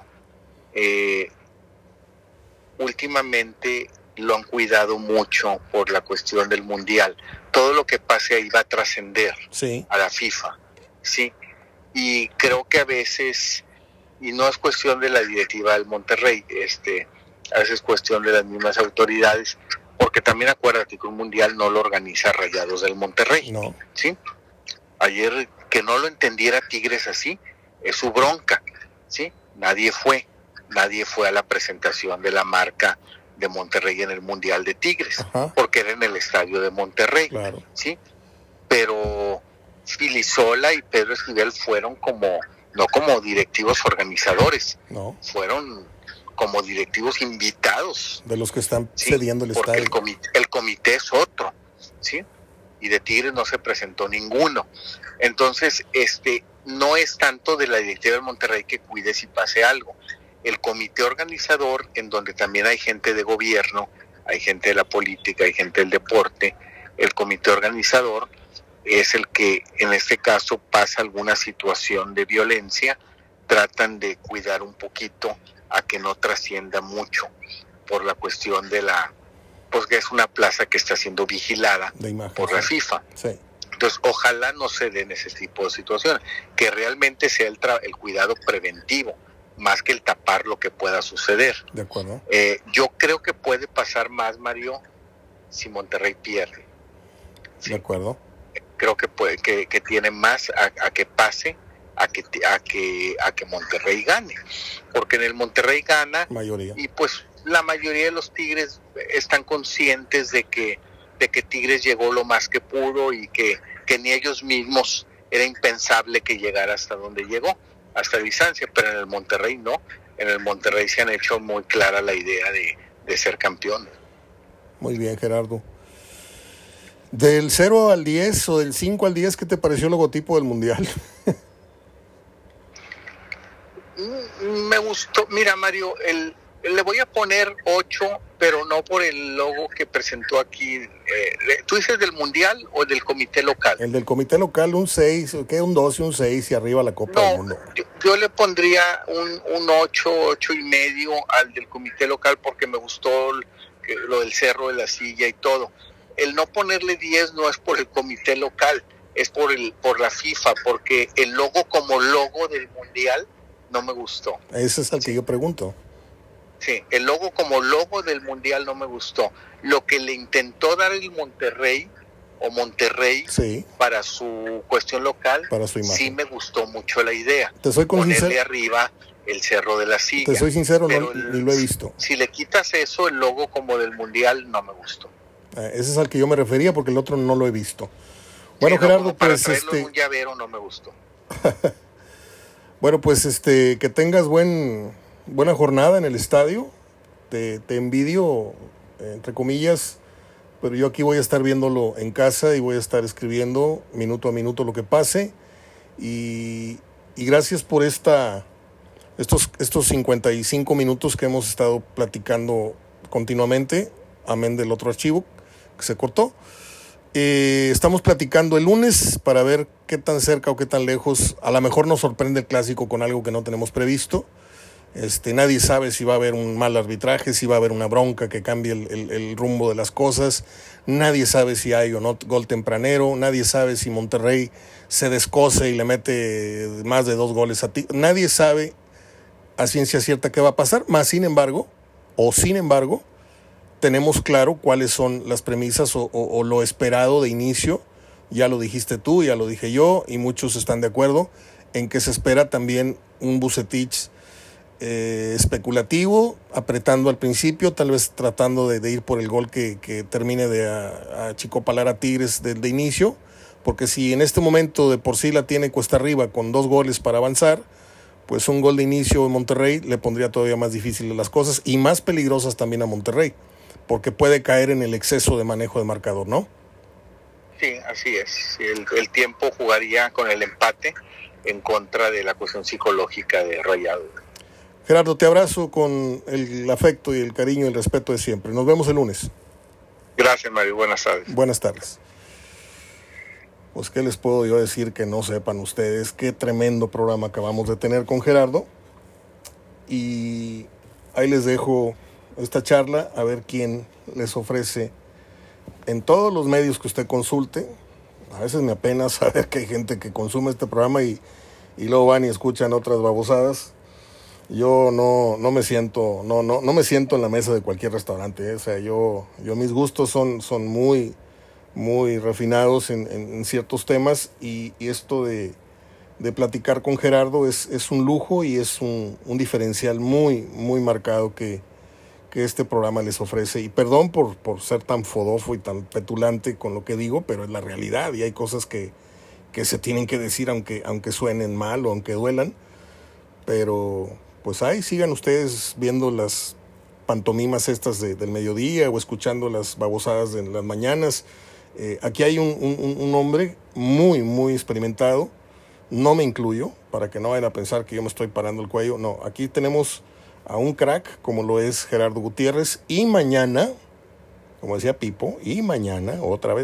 S2: últimamente lo han cuidado mucho por la cuestión del Mundial. Todo lo que pase ahí va a trascender, sí, a la FIFA, ¿sí? Y creo que a veces, y no es cuestión de la directiva del Monterrey, a veces es cuestión de las mismas autoridades, porque también acuérdate que un mundial no lo organiza Rayados del Monterrey,
S1: no,
S2: ¿sí? Ayer que no lo entendiera Tigres así, es su bronca, ¿sí? Nadie fue a la presentación de la marca de Monterrey en el Mundial de Tigres, ajá, porque era en el estadio de Monterrey,
S1: claro,
S2: ¿sí? Pero Filisola y Pedro Esquivel fueron no como directivos organizadores,
S1: no,
S2: fueron como directivos invitados.
S1: De los que están, ¿sí?, cediendo el estadio.
S2: Porque el comité es otro, ¿sí? Y de Tigres no se presentó ninguno. Entonces, no es tanto de la directiva del Monterrey que cuide si pase algo. El comité organizador, en donde también hay gente de gobierno, hay gente de la política, hay gente del deporte, el comité organizador es el que en este caso pasa alguna situación de violencia, tratan de cuidar un poquito a que no trascienda mucho por la cuestión de pues que es una plaza que está siendo vigilada por la FIFA.
S1: Sí.
S2: Entonces, ojalá no se den ese tipo de situaciones, que realmente sea el cuidado preventivo, más que el tapar lo que pueda suceder.
S1: De acuerdo.
S2: Yo creo que puede pasar más, Mario, si Monterrey pierde.
S1: ¿Sí? De acuerdo.
S2: Creo que tiene más a que pase a que Monterrey gane, porque en el Monterrey gana
S1: mayoría,
S2: y pues la mayoría de los Tigres están conscientes de que Tigres llegó lo más que pudo y que ni ellos mismos era impensable que llegara hasta donde llegó, hasta distancia, pero en el Monterrey no. En el Monterrey se han hecho muy clara la idea de ser campeón.
S1: Muy bien, Gerardo. Del 0 al 10 o del 5 al 10, ¿qué te pareció el logotipo del Mundial?
S2: Me gustó. Mira, Mario, le voy a poner 8, pero no por el logo que presentó aquí. ¿Tú dices del Mundial o del comité local?
S1: El del comité local, un 6, un 12, un 6 y arriba la Copa del Mundo.
S2: Yo le pondría un 8, 8 y medio al del comité local porque me gustó lo del cerro de la silla y todo. El no ponerle 10 no es por el comité local, es por la FIFA, porque el logo como logo del Mundial no me gustó.
S1: Ese es el que yo pregunto.
S2: Sí, el logo como logo del Mundial no me gustó. Lo que le intentó dar el Monterrey
S1: sí,
S2: para su cuestión local,
S1: para su imagen,
S2: sí me gustó mucho la idea.
S1: Te soy
S2: ponerle arriba el cerro de la silla.
S1: Te soy sincero, ni lo he visto.
S2: Si le quitas eso, el logo como del Mundial no me gustó.
S1: Ese es al que yo me refería porque el otro no lo he visto. Bueno,
S2: sí,
S1: Gerardo,
S2: como para
S1: pues
S2: traerlo en un llavero no me gustó.
S1: bueno, pues que tengas buena jornada en el estadio. Te envidio, entre comillas, pero yo aquí voy a estar viéndolo en casa y voy a estar escribiendo minuto a minuto lo que pase. Y gracias por estos 55 minutos que hemos estado platicando continuamente, amén del otro archivo que se cortó. Estamos platicando el lunes para ver qué tan cerca o qué tan lejos. A lo mejor nos sorprende el clásico con algo que no tenemos previsto. Nadie sabe si va a haber un mal arbitraje, si va a haber una bronca que cambie el rumbo de las cosas. Nadie sabe si hay o no gol tempranero. Nadie sabe si Monterrey se descose y le mete más de 2 goles a ti. Nadie sabe a ciencia cierta qué va a pasar. Sin embargo, tenemos claro cuáles son las premisas o lo esperado de inicio. Ya lo dijiste tú, ya lo dije yo, y muchos están de acuerdo en que se espera también un Vucetich especulativo, apretando al principio, tal vez tratando de ir por el gol que termine de achicopalar a Tigres de inicio, porque si en este momento de por sí la tiene cuesta arriba con 2 goles para avanzar, pues un gol de inicio en Monterrey le pondría todavía más difíciles las cosas y más peligrosas también a Monterrey, porque puede caer en el exceso de manejo de marcador, ¿no?
S2: Sí, así es. El tiempo jugaría con el empate en contra de la cuestión psicológica de Rayados.
S1: Gerardo, te abrazo con el afecto y el cariño y el respeto de siempre. Nos vemos el lunes.
S2: Gracias, Mario. Buenas tardes.
S1: Buenas tardes. Pues, ¿qué les puedo yo decir que no sepan ustedes? Qué tremendo programa acabamos de tener con Gerardo. Y ahí les dejo esta charla, a ver quién les ofrece en todos los medios que usted consulte. A veces me apena saber que hay gente que consume este programa y luego van y escuchan otras babosadas. Yo no me siento en la mesa de cualquier restaurante, ¿eh? O sea, yo mis gustos son muy, muy refinados en ciertos temas y esto de platicar con Gerardo es un lujo y es un diferencial muy, muy marcado que este programa les ofrece. Y perdón por ser tan fodofo y tan petulante con lo que digo, pero es la realidad y hay cosas que se tienen que decir aunque suenen mal o aunque duelan. Pero pues ahí sigan ustedes viendo las pantomimas estas del mediodía o escuchando las babosadas de las mañanas. Aquí hay un hombre muy, muy experimentado. No me incluyo, para que no vayan a pensar que yo me estoy parando el cuello. No, aquí tenemos a un crack como lo es Gerardo Gutiérrez. Y mañana, como decía Pipo, y mañana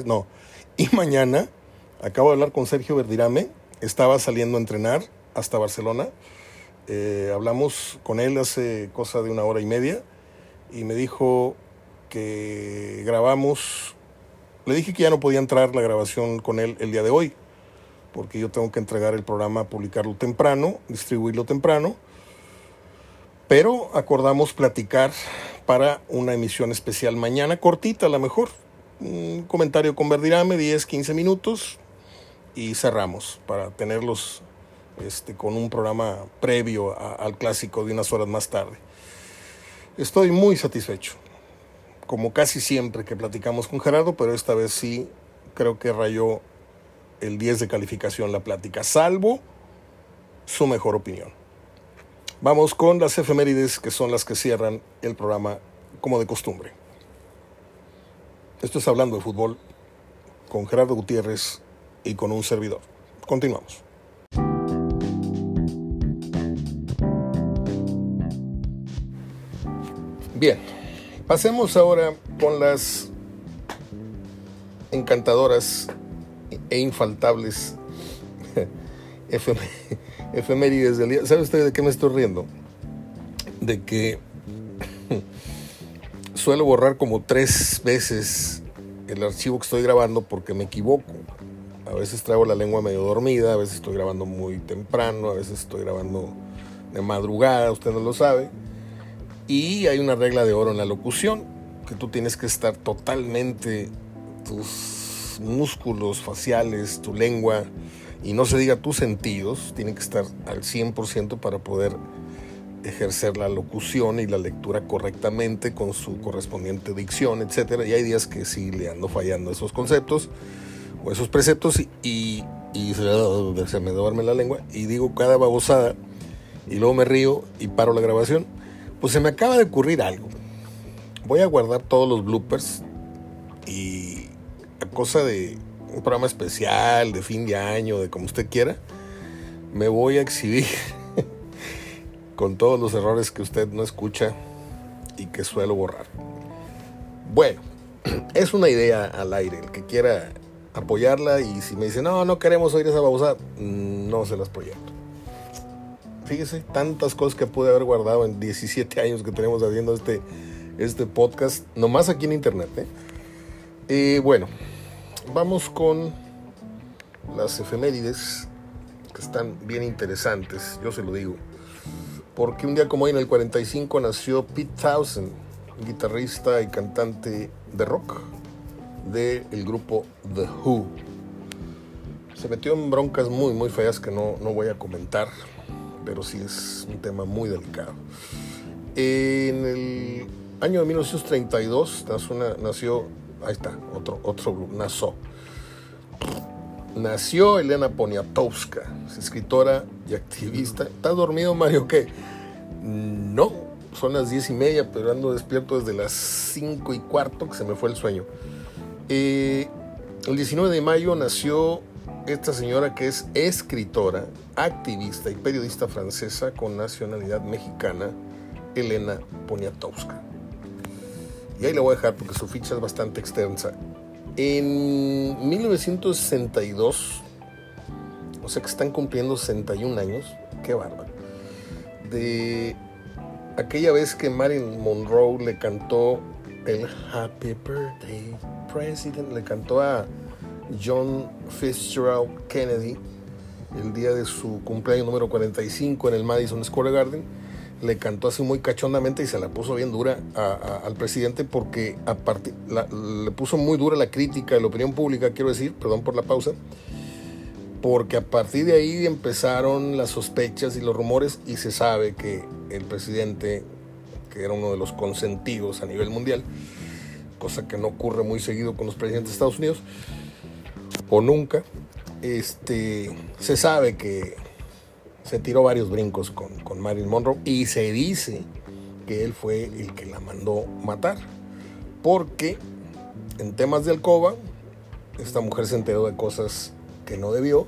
S1: acabo de hablar con Sergio Verdirame. Estaba saliendo a entrenar hasta Barcelona. Hablamos con él hace cosa de 1 hora y media y me dijo que grabamos. Le dije que ya no podía entrar la grabación con él el día de hoy porque yo tengo que entregar el programa, publicarlo temprano, distribuirlo temprano, pero acordamos platicar para una emisión especial mañana, cortita a lo mejor, un comentario con Verdirame, 10-15 minutos y cerramos para tenerlos con un programa previo al clásico de unas horas más tarde. Estoy muy satisfecho, como casi siempre que platicamos con Gerardo, pero esta vez sí creo que rayó el 10 de calificación la plática, salvo su mejor opinión. Vamos con las efemérides, que son las que cierran el programa como de costumbre. Esto es Hablando de Fútbol con Gerardo Gutiérrez y con un servidor. Continuamos. Bien, pasemos ahora con las encantadoras e infaltables efemérides del día. ¿Sabe usted de qué me estoy riendo? De que suelo borrar como 3 veces el archivo que estoy grabando porque me equivoco. A veces traigo la lengua medio dormida, a veces estoy grabando muy temprano, a veces estoy grabando de madrugada, usted no lo sabe. Y hay una regla de oro en la locución, que tú tienes que estar totalmente, tus músculos faciales, tu lengua, y no se diga tus sentidos, tienen que estar al 100% para poder ejercer la locución y la lectura correctamente con su correspondiente dicción, etcétera. Y hay días que sí le ando fallando esos conceptos. o esos preceptos y se me duerme la lengua y digo cada babosada y luego me río y paro la grabación. Pues se me acaba de ocurrir algo. Voy a guardar todos los bloopers y a cosa de un programa especial, de fin de año, de como usted quiera, me voy a exhibir con todos los errores que usted no escucha y que suelo borrar. Bueno, es una idea al aire. El que quiera apoyarla, y si me dice no queremos oír esa babosada, no se las proyecto. Fíjese, tantas cosas que pude haber guardado en 17 años que tenemos haciendo este podcast, nomás aquí en internet, bueno, vamos con las efemérides, que están bien interesantes, yo se lo digo. Porque un día como hoy, en el 45, nació Pete Townshend, guitarrista y cantante de rock del grupo The Who. Se metió en broncas muy, muy feas que no voy a comentar, pero sí es un tema muy delicado. En el año de 1932 nació, ahí está, otro grupo, nació Elena Poniatowska, escritora y activista. ¿Estás dormido, Mario? ¿Qué? No, son las 10:30, pero ando despierto desde las 5:15, que se me fue el sueño. El 19 de mayo nació esta señora, que es escritora, activista y periodista francesa con nacionalidad mexicana, Elena Poniatowska. Y ahí la voy a dejar porque su ficha es bastante extensa. En 1962, o sea que están cumpliendo 61 años, qué bárbaro, de aquella vez que Marilyn Monroe le cantó el Happy Birthday President, le cantó a John Fitzgerald Kennedy el día de su cumpleaños número 45 en el Madison Square Garden. Le cantó así muy cachondamente y se la puso bien dura al presidente, porque le puso muy dura la crítica de la opinión pública, quiero decir, perdón por la pausa, porque a partir de ahí empezaron las sospechas y los rumores, y se sabe que el presidente, que era uno de los consentidos a nivel mundial, cosa que no ocurre muy seguido con los presidentes de Estados Unidos, o nunca, se sabe que se tiró varios brincos con Marilyn Monroe, y se dice que él fue el que la mandó matar, porque en temas de alcoba esta mujer se enteró de cosas que no debió,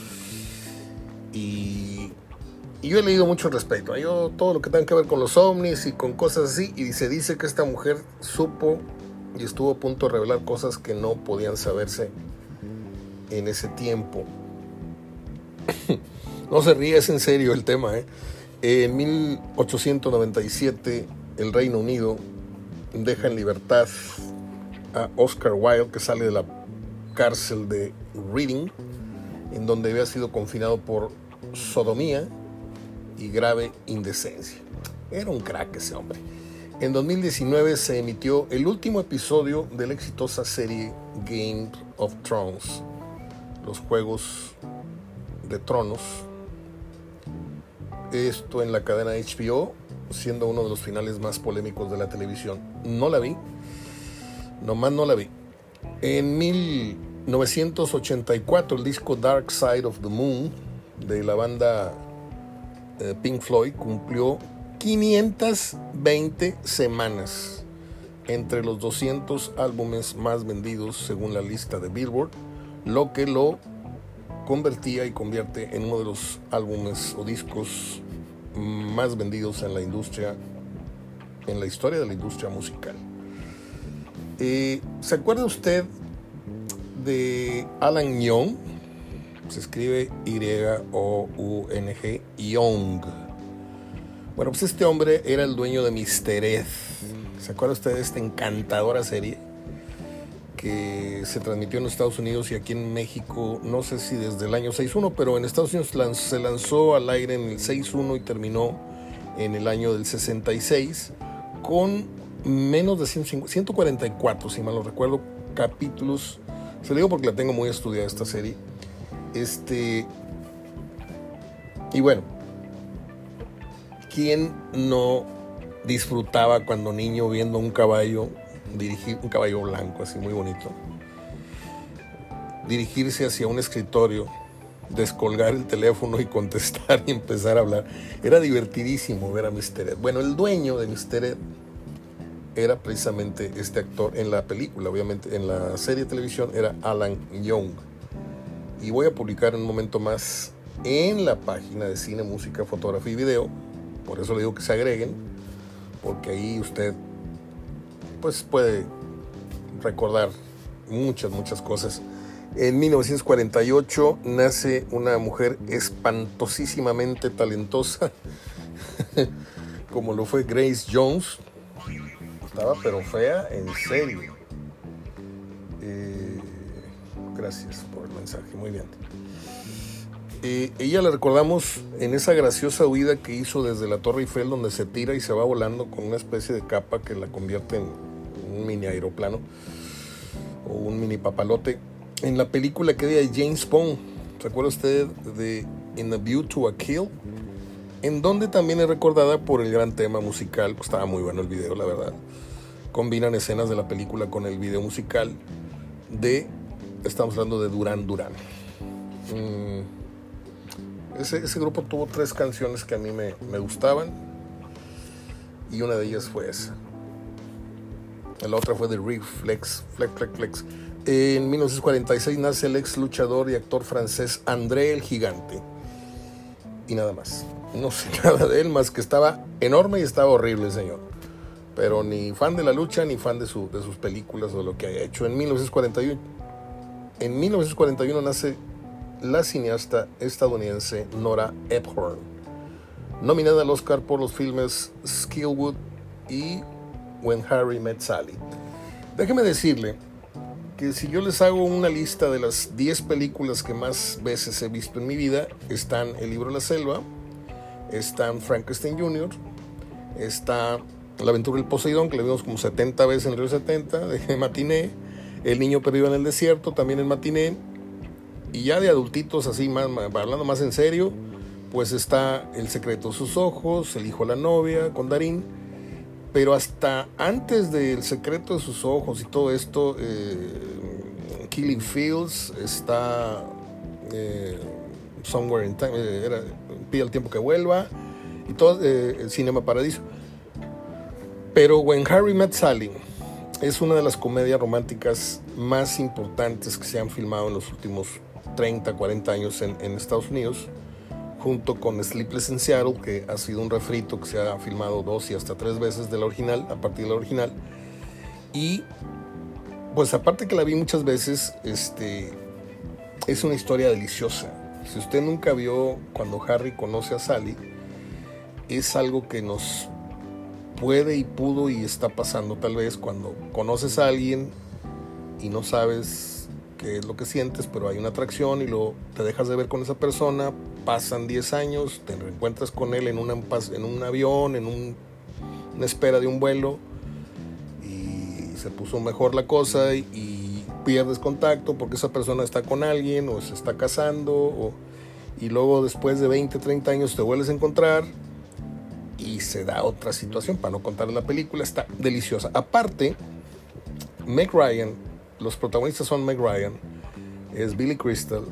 S1: y yo he leído mucho al respecto. Yo todo lo que tenga que ver con los ovnis y con cosas así, y se dice que esta mujer supo y estuvo a punto de revelar cosas que no podían saberse en ese tiempo. No se ríe, es en serio el tema, En 1897 el Reino Unido deja en libertad a Oscar Wilde, que sale de la cárcel de Reading, en donde había sido confinado por sodomía y grave indecencia. Era un crack ese hombre. En 2019 se emitió el último episodio de la exitosa serie Game of Thrones, los Juegos de Tronos. Esto en la cadena HBO, siendo uno de los finales más polémicos de la televisión. No la vi, nomás no la vi. En 1984 el disco Dark Side of the Moon de la banda Pink Floyd cumplió 520 semanas entre los 200 álbumes más vendidos según la lista de Billboard, lo que lo convertía y convierte en uno de los álbumes o discos más vendidos en la industria, en la historia de la industria musical. ¿Se acuerda usted de Alan Young? Se escribe Y-O-U-N-G, Young. Bueno, pues este hombre era el dueño de Mr. Ed. ¿Se acuerda usted de esta encantadora serie que se transmitió en Estados Unidos y aquí en México, no sé si desde el año 61, pero en Estados Unidos se lanzó al aire en el 61 y terminó en el año del 66 con menos de 144, si mal no recuerdo, capítulos. Se lo digo porque la tengo muy estudiada esta serie. Y bueno, ¿quién no disfrutaba cuando niño viendo un caballo dirigir, un caballo blanco así muy bonito, dirigirse hacia un escritorio, descolgar el teléfono y contestar y empezar a hablar. Era divertidísimo ver a Mr. Ed. Bueno, el dueño de Mr. Ed era precisamente este actor en la película. Obviamente en la serie de televisión era Alan Young. Y voy a publicar en un momento más en la página de Cine, Música, Fotografía y Video. Por eso le digo que se agreguen, porque ahí usted pues puede recordar muchas cosas. En 1948 nace una mujer espantosísimamente talentosa, como lo fue Grace Jones. Estaba pero fea, en serio. Gracias por el mensaje, muy bien. Ella la recordamos en esa graciosa huida que hizo desde la Torre Eiffel, donde se tira y se va volando con una especie de capa que la convierte en un mini aeroplano o un mini papalote. En la película que de James Bond, ¿se acuerda usted de In a View to a Kill? En donde también es recordada por el gran tema musical. Pues estaba muy bueno el video, la verdad. Combinan escenas de la película con el video musical estamos hablando de Duran Duran. Ese grupo tuvo 3 canciones que a mí me gustaban, y una de ellas fue esa. La otra fue de Riff Flex. En 1946 nace el ex luchador y actor francés André el Gigante. Y nada más. No sé nada de él más que estaba enorme y estaba horrible el señor. Pero ni fan de la lucha ni fan de sus películas o lo que haya hecho. En 1941 nace la cineasta estadounidense Nora Ephron, nominada al Oscar por los filmes Skillwood y When Harry Met Sally. Déjeme decirle que si yo les hago una lista de las 10 películas que más veces he visto en mi vida, están El libro de la selva, están Frankenstein Jr., está La aventura del Poseidón, que le vimos como 70 veces en el río 70, de matiné, El niño perdido en el desierto, también en matiné, y ya de adultitos, así hablando más en serio, pues está El secreto de sus ojos, El hijo de la novia, con Darín. Pero hasta antes del secreto de sus ojos y todo esto, Killing Fields, está Somewhere in Time, Pide el tiempo que vuelva, y todo, Cinema Paradiso. Pero When Harry Met Sally es una de las comedias románticas más importantes que se han filmado en los últimos 30, 40 años en Estados Unidos, junto con Sleepless in Seattle, que ha sido un refrito que se ha filmado 2 y hasta 3 veces de la original, a partir de la original. Y pues aparte que la vi muchas veces, es una historia deliciosa. Si usted nunca vio cuando Harry conoce a Sally, es algo que nos puede y pudo y está pasando tal vez cuando conoces a alguien y no sabes qué es lo que sientes, pero hay una atracción y luego te dejas de ver con esa persona, pasan 10 años, te reencuentras con él en un avión, en una espera de un vuelo, y se puso mejor la cosa y pierdes contacto porque esa persona está con alguien o se está casando, y luego después de 20, 30 años te vuelves a encontrar y se da otra situación. Para no contar la película, está deliciosa. Aparte, Meg Ryan, los protagonistas son Meg Ryan, es Billy Crystal.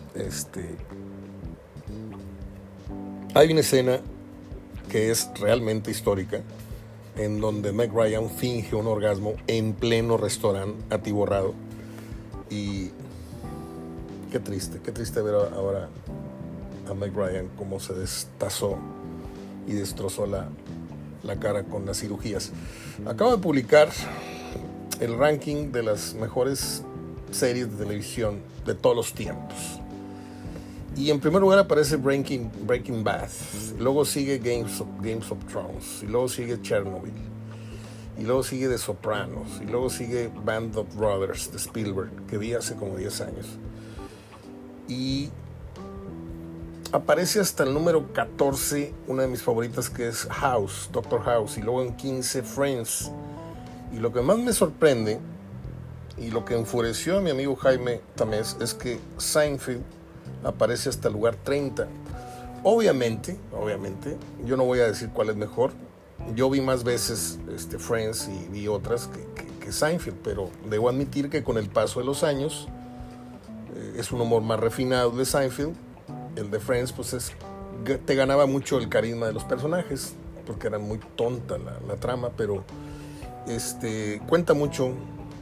S1: Hay una escena que es realmente histórica, en donde Meg Ryan finge un orgasmo en pleno restaurante atiborrado. Y qué triste ver ahora a Meg Ryan cómo se destazó y destrozó la cara con las cirugías. Acabo de publicar el ranking de las mejores series de televisión de todos los tiempos. Y en primer lugar aparece Breaking Bad. Luego sigue Games of Thrones. Y luego sigue Chernobyl. Y luego sigue The Sopranos. Y luego sigue Band of Brothers de Spielberg, que vi hace como 10 años. Y aparece hasta el número 14 una de mis favoritas, que es House, Doctor House. Y luego en 15 Friends. Y lo que más me sorprende y lo que enfureció a mi amigo Jaime Tamés es que Seinfeld aparece hasta el lugar 30. Obviamente, yo no voy a decir cuál es mejor. Yo vi más veces Friends y vi otras que Seinfeld, pero debo admitir que con el paso de los años Es un humor más refinado de Seinfeld. El de Friends, pues te ganaba mucho el carisma de los personajes, porque era muy tonta la trama, pero cuenta mucho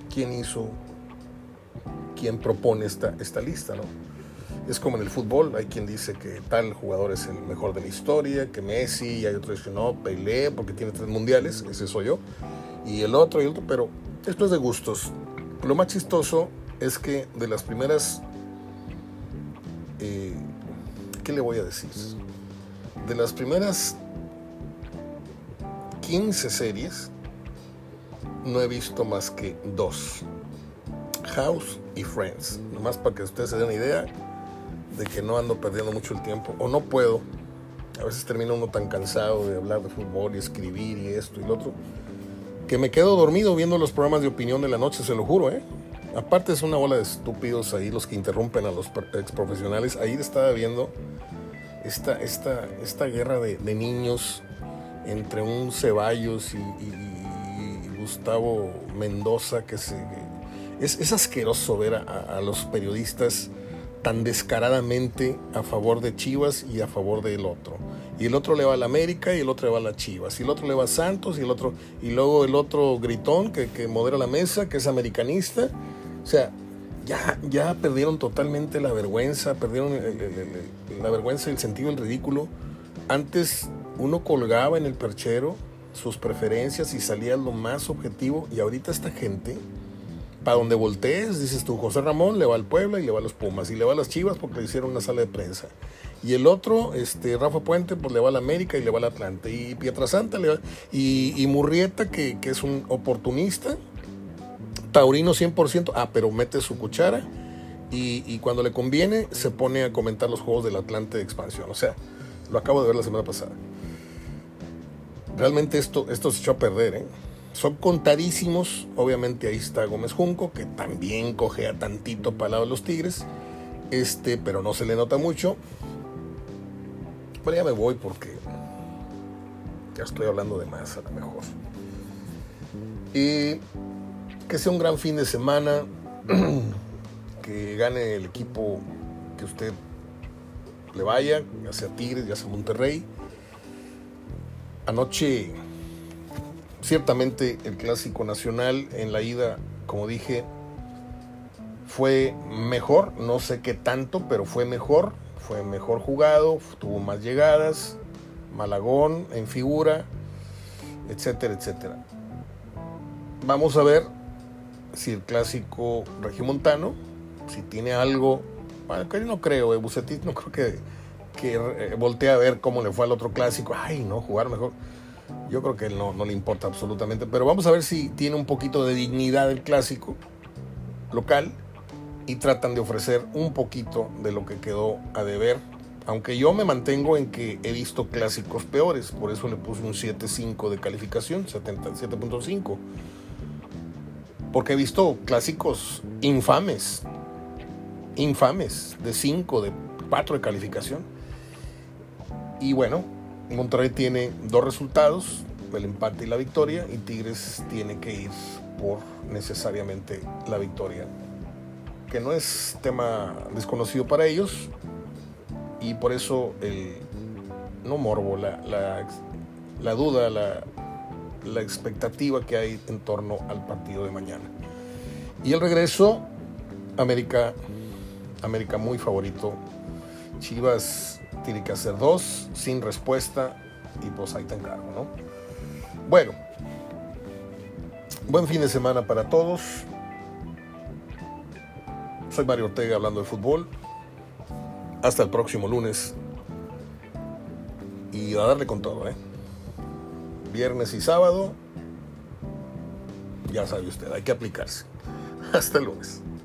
S1: quién propone esta lista, ¿no? Es como en el fútbol, hay quien dice que tal jugador es el mejor de la historia, que Messi, y hay otros que dicen no, Pelé, porque tiene 3 mundiales, ese soy yo, y el otro, pero esto es de gustos. Lo más chistoso es que de las primeras, ¿qué le voy a decir? De las primeras 15 series, no he visto más que 2, House y Friends, nomás para que ustedes se den una idea de que no ando perdiendo mucho el tiempo, o no puedo. A veces termina uno tan cansado de hablar de fútbol y escribir y esto y lo otro, que me quedo dormido viendo los programas de opinión de la noche, se lo juro, Aparte es una bola de estúpidos ahí los que interrumpen a los ex profesionales. Ahí estaba viendo esta guerra de niños entre un Ceballos y Gustavo Mendoza, que es asqueroso ver a los periodistas tan descaradamente a favor de Chivas y a favor del otro. Y el otro le va a la América y el otro le va a la Chivas. Y el otro le va a Santos y luego el otro gritón que modera la mesa, que es americanista. O sea, ya perdieron totalmente la vergüenza, perdieron la vergüenza y el sentido del ridículo. Antes uno colgaba en el perchero sus preferencias y salía lo más objetivo, y ahorita esta gente, para donde voltees, dices tú, José Ramón le va al Puebla y le va a los Pumas, y le va a las Chivas porque le hicieron una sala de prensa, y el otro, Rafa Puente, pues le va a la América y le va al Atlante, y Pietrasanta le va, y Murrieta, que es un oportunista, taurino 100%, pero mete su cuchara, y cuando le conviene se pone a comentar los juegos del Atlante de expansión. O sea, lo acabo de ver la semana pasada. Realmente esto se echó a perder, Son contadísimos. Obviamente ahí está Gómez Junco, que también cojea tantito para el lado de los Tigres, pero no se le nota mucho. Bueno, ya me voy porque ya estoy hablando de más, a lo mejor. Y que sea un gran fin de semana, que gane el equipo que usted le vaya, ya sea Tigres, ya sea Monterrey. Anoche, ciertamente el Clásico Nacional en la ida, como dije, fue mejor, no sé qué tanto, pero fue mejor jugado, tuvo más llegadas, Malagón en figura, etcétera, etcétera. Vamos a ver si el Clásico regiomontano, si tiene algo, bueno, que yo no creo, Bucetich no creo que voltee a ver cómo le fue al otro Clásico, jugar mejor. Yo creo que él no le importa absolutamente, pero vamos a ver si tiene un poquito de dignidad el Clásico local y tratan de ofrecer un poquito de lo que quedó a deber, aunque yo me mantengo en que he visto clásicos peores, por eso le puse un 7.5 de calificación, 7.5, porque he visto clásicos infames, de 5, de 4 de calificación. Y bueno, Monterrey tiene 2 resultados, el empate y la victoria, y Tigres tiene que ir por necesariamente la victoria, que no es tema desconocido para ellos, y por eso no morbo, la duda, la expectativa que hay en torno al partido de mañana. Y el regreso, América muy favorito. Chivas tiene que hacer 2 sin respuesta, y pues ahí te encargo, ¿no? Bueno, buen fin de semana para todos. Soy Mario Ortega hablando de fútbol. Hasta el próximo lunes. Y a darle con todo, Viernes y sábado. Ya sabe usted, hay que aplicarse. Hasta el lunes.